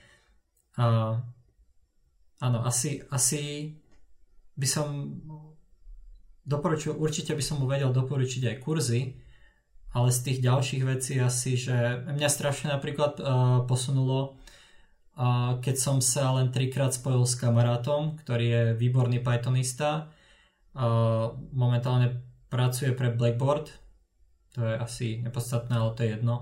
A, áno, asi, asi by som doporučil, určite by som mu vedel doporučiť aj kurzy, ale z tých ďalších vecí asi, že mňa strašne napríklad uh, posunulo, uh, keď som sa len trikrát spojil s kamarátom, ktorý je výborný Pythonista, uh, momentálne pracuje pre Blackboard, to je asi nepodstatné, ale to je jedno.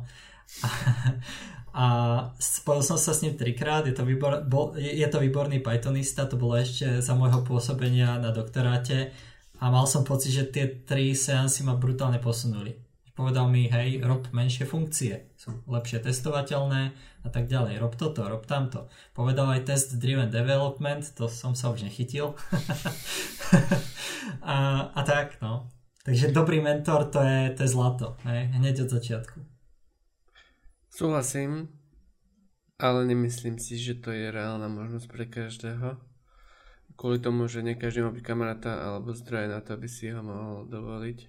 A spojil som sa s ním trikrát, je to, výbor, bol, je to výborný Pythonista, to bolo ešte za môjho pôsobenia na doktoráte a mal som pocit, že tie tri seansy ma brutálne posunuli. Povedal mi, hej, rob menšie funkcie, sú lepšie testovateľné a tak ďalej, rob toto, rob tamto. Povedal aj test driven development, to som sa už nechytil. a, a tak, no. Takže dobrý mentor, to je, to je zlato, hej, hneď od začiatku. Súhlasím, ale nemyslím si, že to je reálna možnosť pre každého. Kvôli tomu, že nie každý má byť kamaráta alebo zdroje na to, aby si ho mohol dovoliť.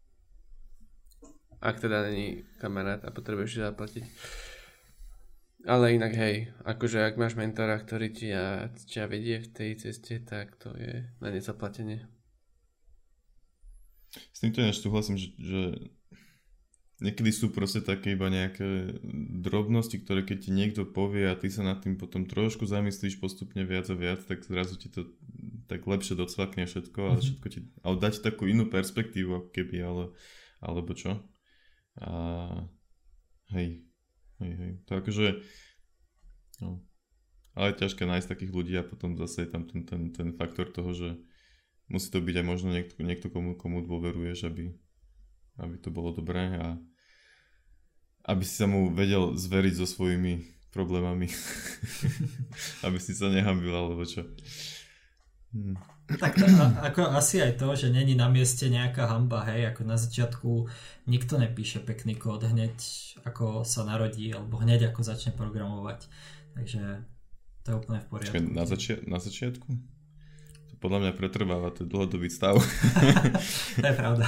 Ak teda není kamarát a potrebuješ si zaplatiť. Ale inak hej, akože ak máš mentora, ktorý ti a, ťa vedie v tej ceste, tak to je na nezaplatenie. S týmto ja súhlasím, že, že niekedy sú proste také iba nejaké drobnosti, ktoré keď ti niekto povie a ty sa nad tým potom trošku zamyslíš postupne viac a viac, tak zrazu ti to tak lepšie docvakne všetko, ale všetko ti, ale dá ti takú inú perspektívu, ako keby, ale, alebo čo. A hej, hej, hej, to akože, no, ale je ťažké nájsť takých ľudí a potom zase je tam ten, ten, ten faktor toho, že musí to byť aj možno niekto, niekto komu, komu dôveruješ, aby, aby to bolo dobré a aby si sa mu vedel zveriť so svojimi problémami. Aby si sa nehambil, alebo čo. Hm. Tak to, a, ako asi aj to, že není na mieste nejaká hanba, hej, ako na začiatku nikto nepíše pekný kód hneď ako sa narodí, alebo hneď ako začne programovať. Takže to je úplne v poriadku. Čakaj, na, zači- na začiatku? To podľa mňa pretrváva, to je dlhodobý stav. To je pravda.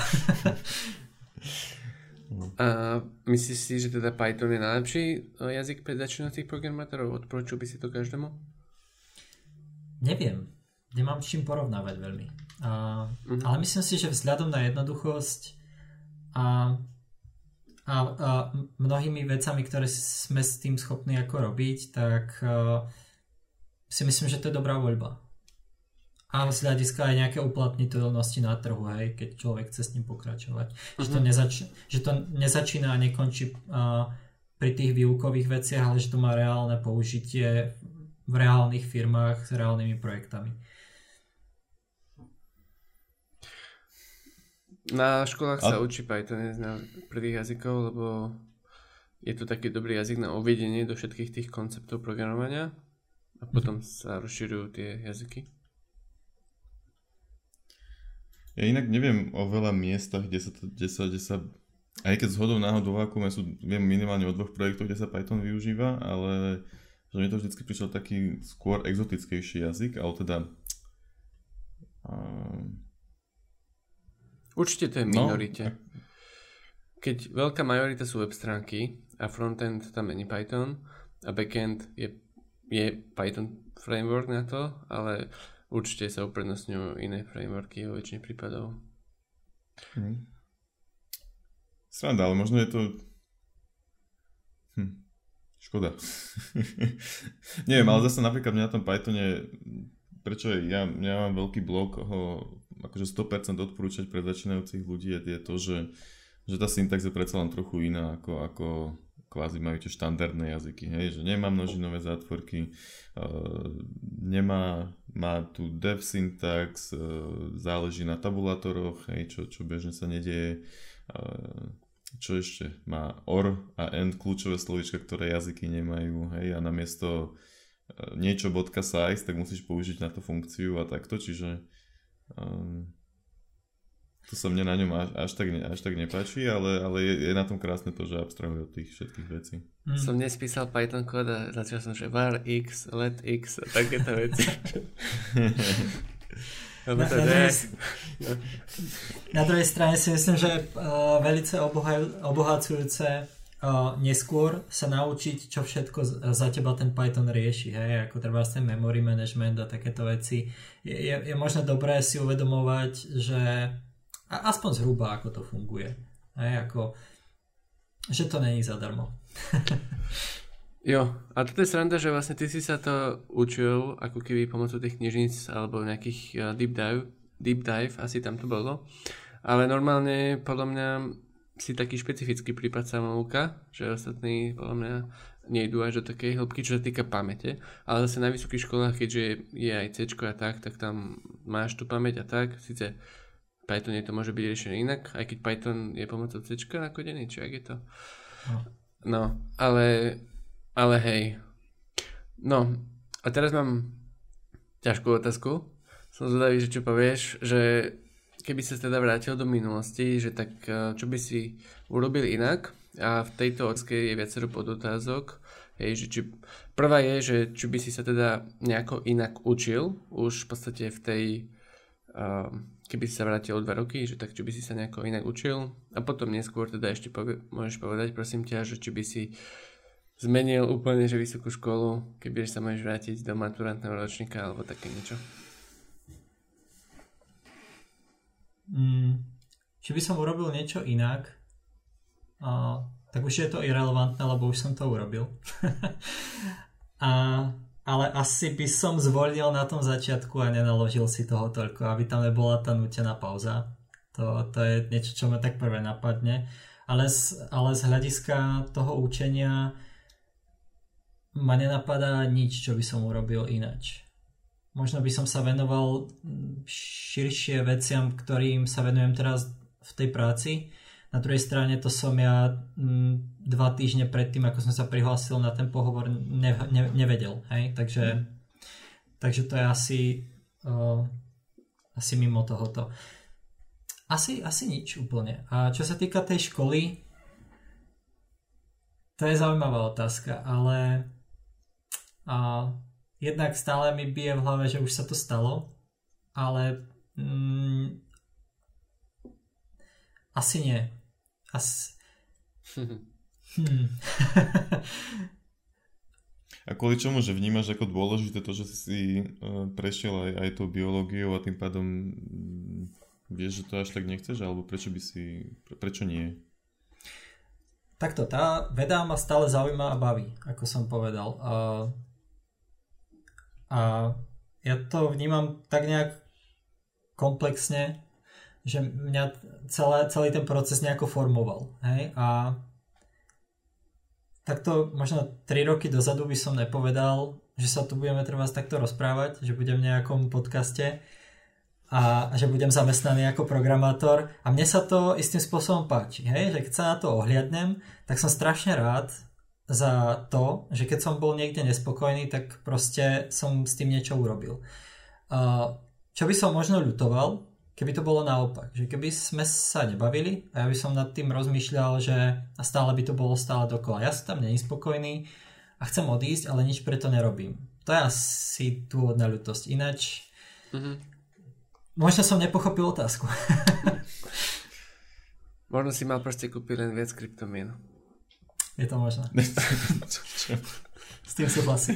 A myslíš si, že teda Python je najlepší jazyk pre začínajúcich programátorov? Odporúčil by si to každému? Neviem. Nemám s čím porovnávať veľmi. A, mm-hmm. Ale myslím si, že vzhľadom na jednoduchosť a, a, a mnohými vecami, ktoré sme s tým schopní ako robiť, tak a, si myslím, že to je dobrá voľba. A z hľadiska aj nejaké uplatniteľnosti na trhu, hej, keď človek chce s ním pokračovať. Uh-huh. Že, to nezač- že to nezačína a nekončí uh, pri tých výukových veciach, ale že to má reálne použitie v reálnych firmách s reálnymi projektami. Na školách A... sa učí Python z prvých jazykov, lebo je to taký dobrý jazyk na uvedenie do všetkých tých konceptov programovania a potom uh-huh. sa rozširujú tie jazyky. Ja inak neviem o veľa miestach, kde sa, to, kde sa, kde sa aj keď zhodou náhodou vákume sú, viem minimálne o dvoch projektoch, kde sa Python využíva, ale že mi to vždycky prišiel taký skôr exotickejší jazyk, ale teda um... určite to je minorite. No. Keď veľká majorita sú web stránky a frontend tam není Python a backend je, je Python framework na to, ale určite sa uprednostňujú iné frameworky vo väčšine prípadov. Hmm. Sranda, ale možno je to... Hm. Škoda. Neviem, ale zase napríklad mňa na tom Pythone, prečo je, ja, ja mám veľký blok, ho akože sto percent odporúčať pre začínajúcich ľudí je, je to, že, že tá syntax je predsa len trochu iná ako, ako kvázi majú tie štandardné jazyky, hej, že nemá množinové zátvorky, uh, nemá, má tu dev syntax, uh, záleží na tabulátoroch, hej, čo, čo bežne sa nedieje, uh, čo ešte, má or a end kľúčové slovíčka, ktoré jazyky nemajú, hej, a namiesto uh, niečo .size, tak musíš použiť na to funkciu a takto, čiže um, to sa mne na ňom až, až, tak, až tak nepáči, ale, ale je, je na tom krásne to, že abstrahuje od tých všetkých vecí. Mm. Som dnes písal Python kód a začal som, že var x, let x a takéto veci. na, na, druhej, na druhej strane si myslím, že uh, velice obohaj, obohacujúce uh, neskôr sa naučiť, čo všetko za teba ten Python rieši, hej, ako treba ten memory management a takéto veci. Je, je, je možno dobré si uvedomovať, že a aspoň zhruba, ako to funguje. Hej, ako, že to není zadarmo. Jo, a toto je sranda, že vlastne ty si sa to učil ako keby pomocou tých knižníc alebo nejakých uh, deep dive, deep dive, asi tam to bolo. Ale normálne podľa mňa si taký špecifický prípad samouka, že ostatní podľa mňa nejdú až do takej hĺbky, čo sa týka pamäte. Ale zase na vysokých školách, keďže je aj C-čko a tak, tak tam máš tú pamäť a tak. Sice Python to môže byť riešené inak, aj keď Python je pomocou C nakodený, či ak je to. No, no ale, ale hej. No, a teraz mám ťažkú otázku. Som zvedavý, že čo povieš, že keby sa teda vrátil do minulosti, že tak čo by si urobil inak? A v tejto otázke je viacero podotázok. Hej, že či, prvá je, že či by si sa teda nejako inak učil, už v podstate v tej... Uh, keby si sa vrátil o dva roky, že tak či by si sa nejako inak učil a potom neskôr teda ešte povie, môžeš povedať prosím ťa, že či by si zmenil úplne že vysokú školu, keby sa môžeš vrátiť do maturantného ročníka alebo také niečo. Mm, či by som urobil niečo inak? uh, tak už je to irelevantné, lebo už som to urobil. a, ale asi by som zvolil na tom začiatku a nenaložil si toho toľko, aby tam nebola tá nútená pauza. To, to je niečo, čo ma tak prvé napadne. Ale z, ale z hľadiska toho učenia ma nenapadá nič, čo by som urobil inač. Možno by som sa venoval širšie veciam, ktorým sa venujem teraz v tej práci. Na druhej strane to som ja m, dva týždne predtým, ako som sa prihlásil na ten pohovor, ne, ne, nevedel. Hej? Takže, takže to je asi, uh, asi mimo tohoto. Asi, asi nič úplne. A čo sa týka tej školy, to je zaujímavá otázka, ale a jednak stále mi bije v hlave, že už sa to stalo, ale mm, asi nie. As... hmm. A kvôli čomu, že vnímaš ako dôležité to, že si uh, prešiel aj, aj tou biológiou a tým pádom um, vieš, že to až tak nechceš, alebo prečo by si, pre, prečo nie? Takto, tá veda ma stále zaujíma a baví, ako som povedal. A, a ja to vnímam tak nejak komplexne, že mňa celé, celý ten proces nejako formoval. Hej? A takto možno tri roky dozadu by som nepovedal, že sa tu budeme treba takto rozprávať, že budem v nejakom podcaste a že budem zamestnaný ako programátor. A mne sa to istým spôsobom páči. Hej? Že keď sa na to ohliadnem, tak som strašne rád za to, že keď som bol niekde nespokojný, tak proste som s tým niečo urobil. Čo by som možno ľutoval, keby to bolo naopak. Že keby sme sa nebavili a ja by som nad tým rozmýšľal, že a stále by to bolo stále dokola. Ja som tam není spokojný a chcem odísť, ale nič preto nerobím. To je asi dôvod na ľutosť. Ináč mm-hmm. možno som nepochopil otázku. Možno si mal proste kúpiť len viac kryptomien. Je to možné. S tým súhlasím.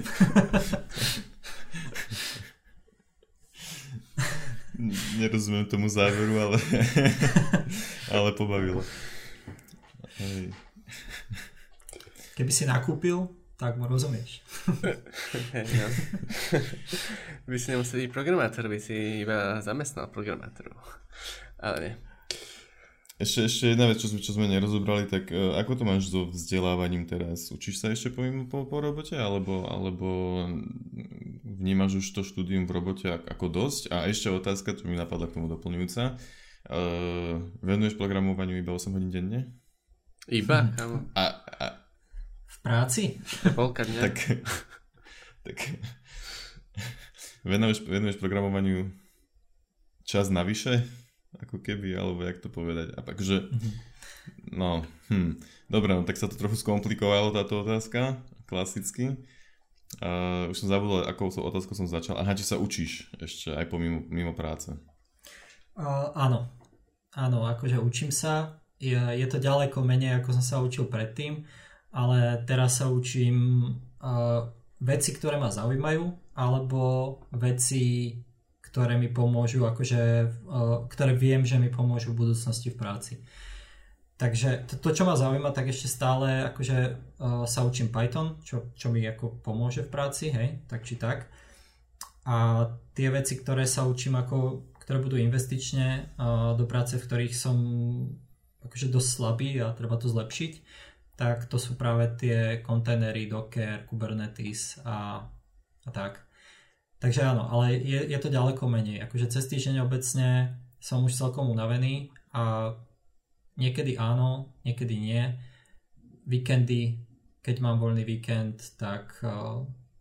Nerozumiem tomu záveru, ale, ale pobavilo. Hej. Keby si nakúpil, tak mu rozumieš. Hey, no. By si nemusel byť programátor, by si iba zamestnal programátorov. Ale nie. Ešte, ešte jedna vec, čo sme, čo sme nerozobrali, tak uh, ako to máš so vzdelávaním teraz? Učíš sa ešte po, po, po robote, alebo, alebo vnímaš už to štúdium v robote ako dosť? A ešte otázka, čo mi napadla k tomu doplňujúca. Uh, venuješ programovaniu iba osem hodín denne? Iba? Hm. A, a... V práci? Polka dňa. Tak, tak venuješ, venuješ programovaniu čas navyše? Ako keby, alebo jak to povedať. A takže, no, hm. Dobre, no tak sa to trochu skomplikovalo táto otázka, klasicky. Uh, už som zabudol, akou otázku som začal. Aha, či sa učíš ešte aj po mimo, mimo práce? Uh, áno. Áno, akože učím sa. Je, je to ďaleko menej, ako som sa učil predtým, ale teraz sa učím uh, veci, ktoré ma zaujímajú, alebo veci, ktoré mi pomôžu, akože, uh, ktoré viem, že mi pomôžu v budúcnosti v práci. Takže to, to čo ma zaujíma, tak ešte stále akože uh, sa učím Python, čo, čo mi ako pomôže v práci, hej, tak či tak. A tie veci, ktoré sa učím, ako, ktoré budú investične uh, do práce, v ktorých som akože dosť slabý a treba to zlepšiť, tak to sú práve tie kontajnery, Docker, Kubernetes a, a tak. Takže áno, ale je, je to ďaleko menej. Akože cez týždeň obecne som už celkom unavený a niekedy áno, niekedy nie. Víkendy, keď mám voľný víkend, tak uh,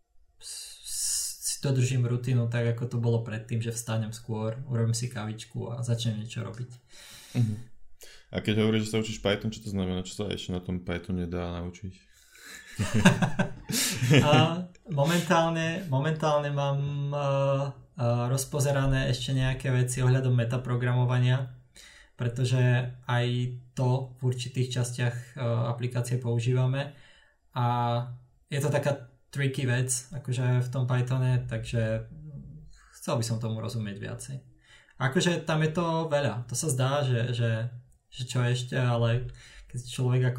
si dodržím rutinu tak, ako to bolo predtým, že vstanem skôr, urobím si kavičku a začnem niečo robiť. Uh-huh. A keď hovoríš, že sa učíš Python, čo to znamená? Čo sa ešte na tom Pythone dá naučiť? A momentálne, momentálne mám uh, uh, rozpozerané ešte nejaké veci ohľadom metaprogramovania, pretože aj to v určitých častiach uh, aplikácie používame a je to taká tricky vec akože v tom Pythone, takže chcel by som tomu rozumieť viacej. Akože tam je to veľa, to sa zdá, že, že, že čo ešte, ale keď človek ako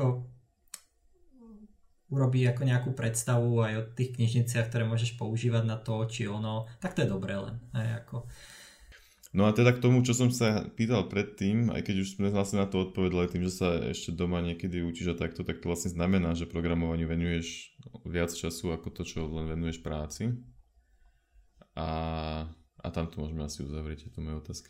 urobí ako nejakú predstavu aj o tých knižniciach, ktoré môžeš používať na to, či ono, tak to je dobré len. Aj ako... No a teda k tomu, čo som sa pýtal predtým, aj keď už sme vlastne na to odpovedali tým, že sa ešte doma niekedy učíš a takto, tak to vlastne znamená, že programovaniu venuješ viac času ako to, čo len venuješ práci. A, a tam to môžeme asi uzavrieť, tieto moje otázky.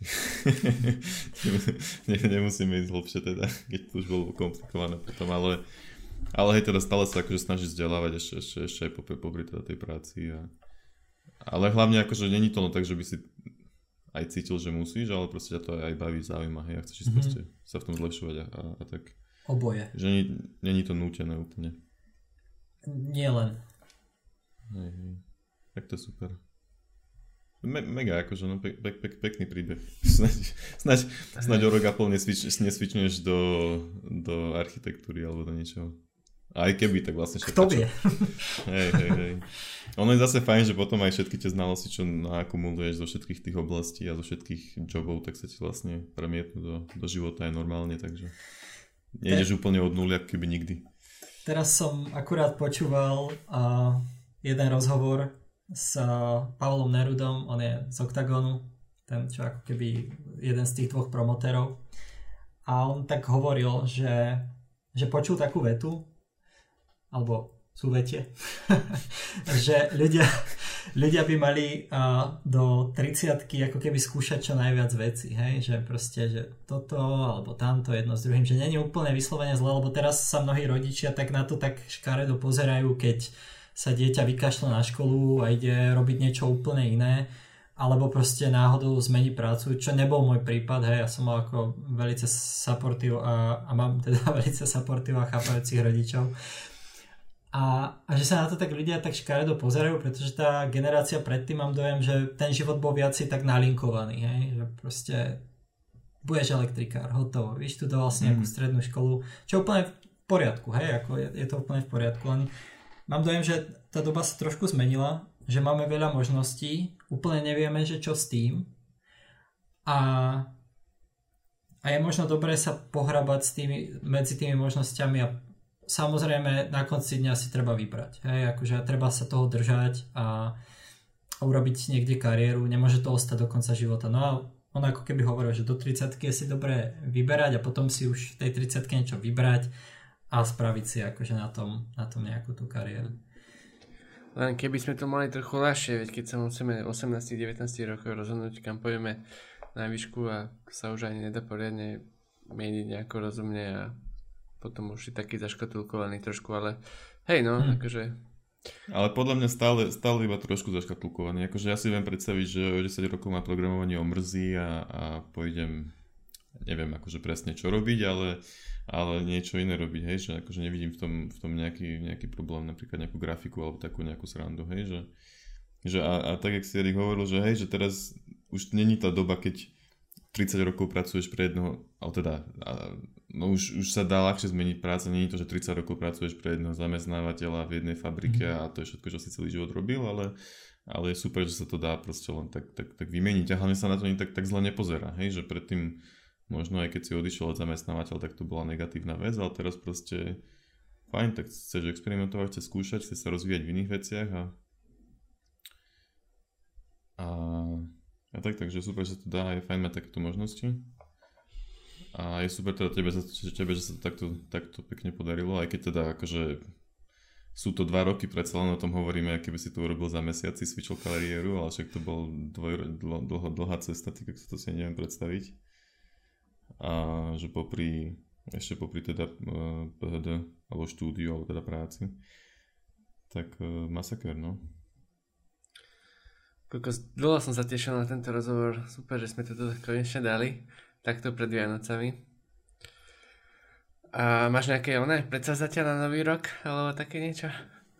Nemusíme ísť hlbšie teda, keď to už bolo komplikované potom, ale, ale hej, teda stále sa akože snažíš vzdelávať ešte, ešte, ešte aj popri, popri teda tej práci. A, ale hlavne akože není to no tak, že by si aj cítil, že musíš, ale proste ťa to aj baví, zaujíma, hej, a chceš mm-hmm. proste sa v tom zlepšovať a, a, a tak. Oboje. Že nie, není to nútené úplne. Nie len. Hej, hej. Tak to je super. Me, mega, akože, no, pek, pek, pek, pekný príbeh. Snaď, snaď, snaď o rok a pol nesvič, nesvičneš do, do architektúry alebo do niečoho. Aj keby, tak vlastne všetko. Kto vie? Hej, hej, hej. Ono je zase fajn, že potom aj všetky tie znalosti, čo naakumuluješ zo všetkých tých oblastí a zo všetkých jobov, tak sa ti vlastne premietnú do, do života aj normálne, takže nejdeš Te... úplne od nuly, ako keby nikdy. Teraz som akurát počúval uh, jeden rozhovor s uh, Pavlom Nerudom, on je z Octagonu, ten čo ako keby jeden z tých dvoch promotérov. A on tak hovoril, že, že počul takú vetu, alebo sú vete, že ľudia, ľudia by mali uh, do tridsiatky ako keby skúšať čo najviac veci, hej? Že proste, že toto alebo tamto jedno s druhým, že nie je úplne vyslovene zle, lebo teraz sa mnohí rodičia tak na to tak škaredo pozerajú, keď sa dieťa vykašľa na školu a ide robiť niečo úplne iné, alebo proste náhodou zmení prácu, čo nebol môj prípad, hej, ja som mal ako velice supportive a, a mám teda velice supportive a chápajúcich rodičov. A, a že sa na to tak ľudia tak škaredo pozerajú, pretože tá generácia predtým, mám dojem, že ten život bol viac tak nalinkovaný, hej? Že proste budeš elektrikár, hotovo, vyštudoval si nejakú mm. strednú školu, čo je úplne v poriadku, hej, ako je, je to úplne v poriadku, len mám dojem, že tá doba sa trošku zmenila, že máme veľa možností, úplne nevieme, že čo s tým a, a je možno dobré sa pohrabať s tými, medzi tými možnosťami a samozrejme na konci dňa si treba vybrať, hej, akože treba sa toho držať a, a urobiť niekde kariéru, nemôže to ostať do konca života. No a on ako keby hovoril, že do tridsiatky je si dobre vyberať a potom si už v tej tridsiatke niečo vybrať a spraviť si akože na tom, na tom nejakú tú kariéru. Len keby sme to mali trochu ľahšie, veď keď sa musíme osemnásť devätnásť rokov rozhodnúť, kam pôjdeme na výšku a sa už ani nedá poriadne mieniť nejako rozumne a potom už je taký zaškatulkovaný trošku, ale hej no, hmm. akože... Ale podľa mňa stále, stále iba trošku zaškatulkovaný, akože ja si viem predstaviť, že o desať rokov ma programovanie omrzí a, a pôjdem, neviem akože presne čo robiť, ale, ale niečo iné robiť, hej, že akože nevidím v tom, v tom nejaký, nejaký problém, napríklad nejakú grafiku alebo takú nejakú srandu, hej, že, že a, a tak, jak si Erik hovoril, že hej, že teraz už není tá doba, keď tridsať rokov pracuješ pre jedného, ale teda, no už, už sa dá ľahšie zmeniť práca, nie je to, že tridsať rokov pracuješ pre jedného zamestnávateľa v jednej fabrike mm. a to je všetko, čo si celý život robil, ale, ale je super, že sa to dá proste len tak, tak, tak vymeniť a hlavne sa na to tak, tak zle nepozerá, hej, že predtým možno aj keď si odišiel od zamestnávateľa, tak to bola negatívna vec, ale teraz proste fajn, tak chceš experimentovať, chceš skúšať, chceš sa rozvíjať v iných veciach a a A tak, takže super, že to dá, je fajn mať takéto možnosti. A je super teda tebe, že, tebe, že sa to takto, takto pekne podarilo, aj keď teda akože sú to dva roky, predsa len o tom hovoríme, keby si to urobil za mesiac, si switchol kariéru, ale však to bol dvoj, dlho, dlho, dlhá cesta, tak to si neviem predstaviť. A že popri, ešte popri teda pé há dé, alebo štúdiu, alebo teda práci, tak masaker, no. Kokos, dlho som sa tešil na tento rozhovor. Super, že sme to konečne dali. Takto pred Vianocami. A máš nejaké oné predsavzatia na nový rok? Alebo také niečo?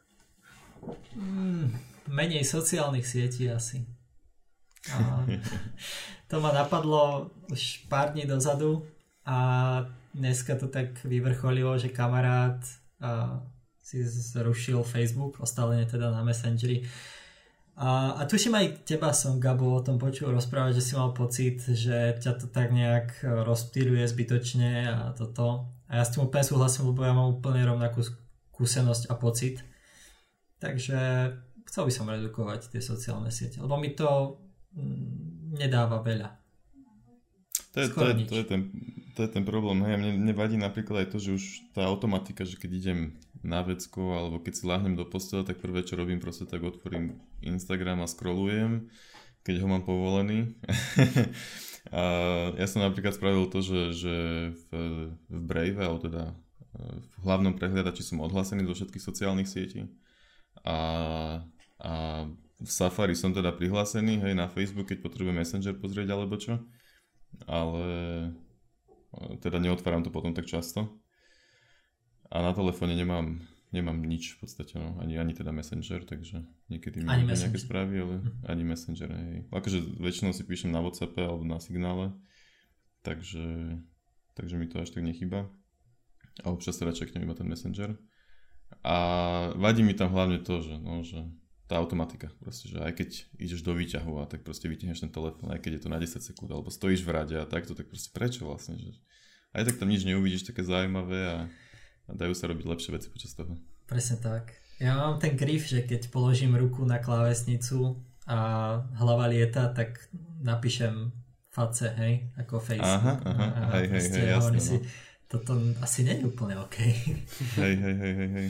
Mm, menej sociálnych sietí asi. A to ma napadlo už pár dní dozadu a dneska to tak vyvrcholilo, že kamarát a, si zrušil Facebook, ostálene teda na Messengeri. A, a tuším aj teba som, Gabo, o tom počul rozprávať, že si mal pocit, že ťa to tak nejak rozptýľuje zbytočne a toto. A ja s tým úplne súhlasím, lebo ja mám úplne rovnakú skúsenosť a pocit. Takže chcel by som redukovať tie sociálne siete, lebo mi to nedáva veľa. To je, to, je, to, je ten, to je ten problém. Hej. Mne, mne vadí napríklad aj to, že už tá automatika, že keď idem na vecko alebo keď si láhnem do postele, tak prvé, čo robím, proste tak otvorím Instagram a scrollujem, keď ho mám povolený. A ja som napríklad spravil to, že, že v, v Brave, alebo teda v hlavnom prehliadači som odhlásený zo všetkých sociálnych sietí. A, a v Safari som teda prihlásený, hej, na Facebook, keď potrebujem Messenger pozrieť alebo čo. Ale teda neotváram to potom tak často. A na telefóne nemám, nemám nič v podstate, no. ani, ani teda Messenger, takže niekedy mi nie nejaké správy, ale ani Messenger, hej. Akože väčšinou si píšem na WhatsAppe alebo na signále, takže, takže mi to až tak nechýba. A občas teda čeknem iba ten Messenger. A vadí mi tam hlavne to, že, no, že tá automatika, proste, že aj keď ideš do výťahu a tak proste vytiahneš ten telefón, aj keď je to na desať sekúnd, alebo stojíš v rade a takto, tak proste prečo vlastne, že aj tak tam nič neuvidíš také zaujímavé a, a dajú sa robiť lepšie veci počas toho. Presne tak. Ja mám ten grif, že keď položím ruku na klávesnicu a hlava lieta, tak napíšem face, hej, ako face. Aha, aha, a, a hej, hej, hej, jasné, si, no. Toto asi nie je úplne OK. Hej, hej, hej, hej, hej.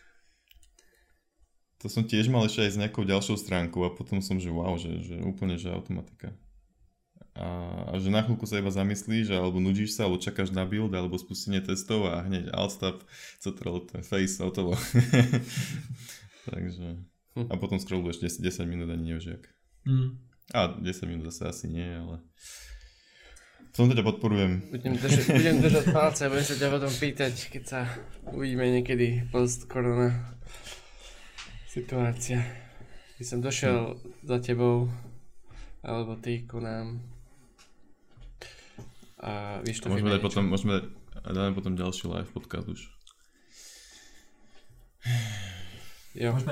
To som tiež mal ešte aj s nejakou ďalšou stránkou a potom som, že wow, že, že úplne, že automatika. A, a že na chvíľku sa iba zamyslíš, alebo nudíš sa, alebo čakáš na build, alebo spustenie testov a hneď alt-tab, ctrl, face, hotovo. Takže... A potom scrolluješ desať, desať minút ani nevieš jak. Mm. A desať minút zase asi nie, ale... Som teda podporujem. Budem držať, budem držať palce a budem sa ťa potom pýtať, keď sa uvidíme niekedy post-korona situácia. By som došiel hmm. za tebou, alebo ty ku nám. A vieš to môžeme dať potom, môžeme dať, dáme potom ďalší live podcast už. Jo. Môžeme.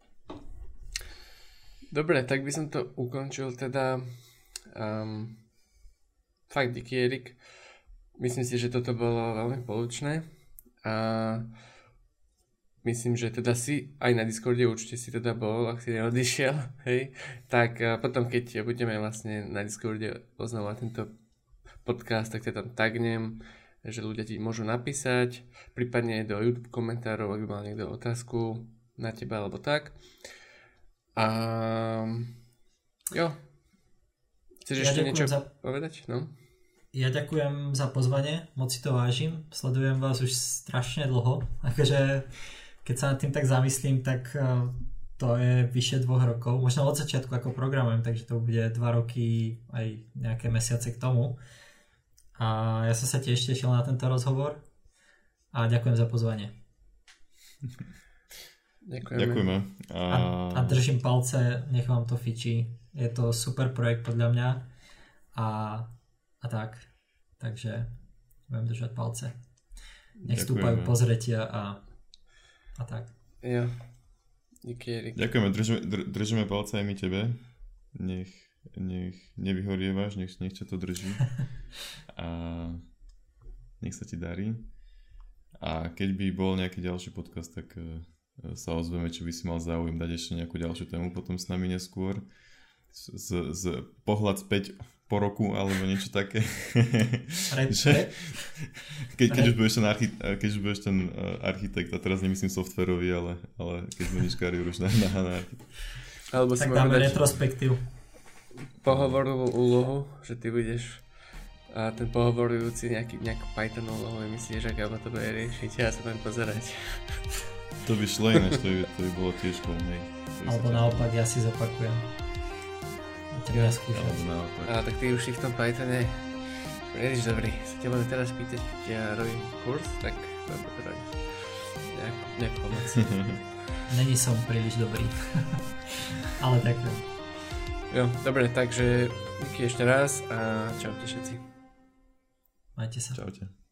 Dobre, tak by som to ukončil teda. Um, fakt díky, Erik. Myslím si, že toto bolo veľmi poučné. A myslím, že teda si aj na Discorde určite si teda bol, ak si neodišiel, hej. Tak a potom, keď budeme vlastne na Discorde oznamovať tento podcast, tak ťa tam tagnem, že ľudia ti môžu napísať, prípadne do YouTube komentárov, ak by mal niekto otázku na teba alebo tak. A jo. Chceš ja ešte niečo za... povedať? No? Ja ďakujem za pozvanie, moc si to vážim. Sledujem vás už strašne dlho. Akože keď sa nad tým tak zamyslím, tak to je vyše dvoch rokov. Možno od začiatku ako programujem, takže to bude dva roky aj nejaké mesiace k tomu. A ja som sa tiež tešil na tento rozhovor a ďakujem za pozvanie. Ďakujeme. Ďakujeme. A... A, a držím palce, nech vám to fičí. Je to super projekt podľa mňa a, a tak. Takže budem držať palce. Nech stúpajú pozretia a, a tak. Jo. Díky, Erik. Ďakujeme, držíme, dr- držíme palce aj my tebe. Nech, nech nevyhorievaš, nech, nech ťa to drží. A nech sa ti darí. A keď by bol nejaký ďalší podcast, tak uh, sa ozveme, či by si mal záujem dať ešte nejakú ďalšiu tému potom s nami neskôr. Z, z pohľad späť po roku alebo niečo také. Že, keď, keď, už budeš ten archi, keď už budeš ten architekt, a teraz nemyslím softwarový, ale, ale keď zmeníš kariéru už na, na, na architekt. Alebo tak dáme retrospektív. Pohovorovú úlohu, že ty budeš a ten pohovorujúci nejaký, nejakú Python úlohu, myslíš, aká to bude riešiť a sa tam pozerať. To by šlo ináč, to by, to by bolo tiež cool, hej. Alebo naopak, ja si zopakujem. Ja skúšam. A tak ty už si v tom Pythone príliš dobrý. Sa ťa budem teraz pýtať, keď ja robím kurz, tak budem potrebovať nejakú, nejakú pomoc. Není som príliš dobrý. Ale ďakujem. Jo, dobre, takže díky ešte raz a čaute všetci. Majte sa. Čaute.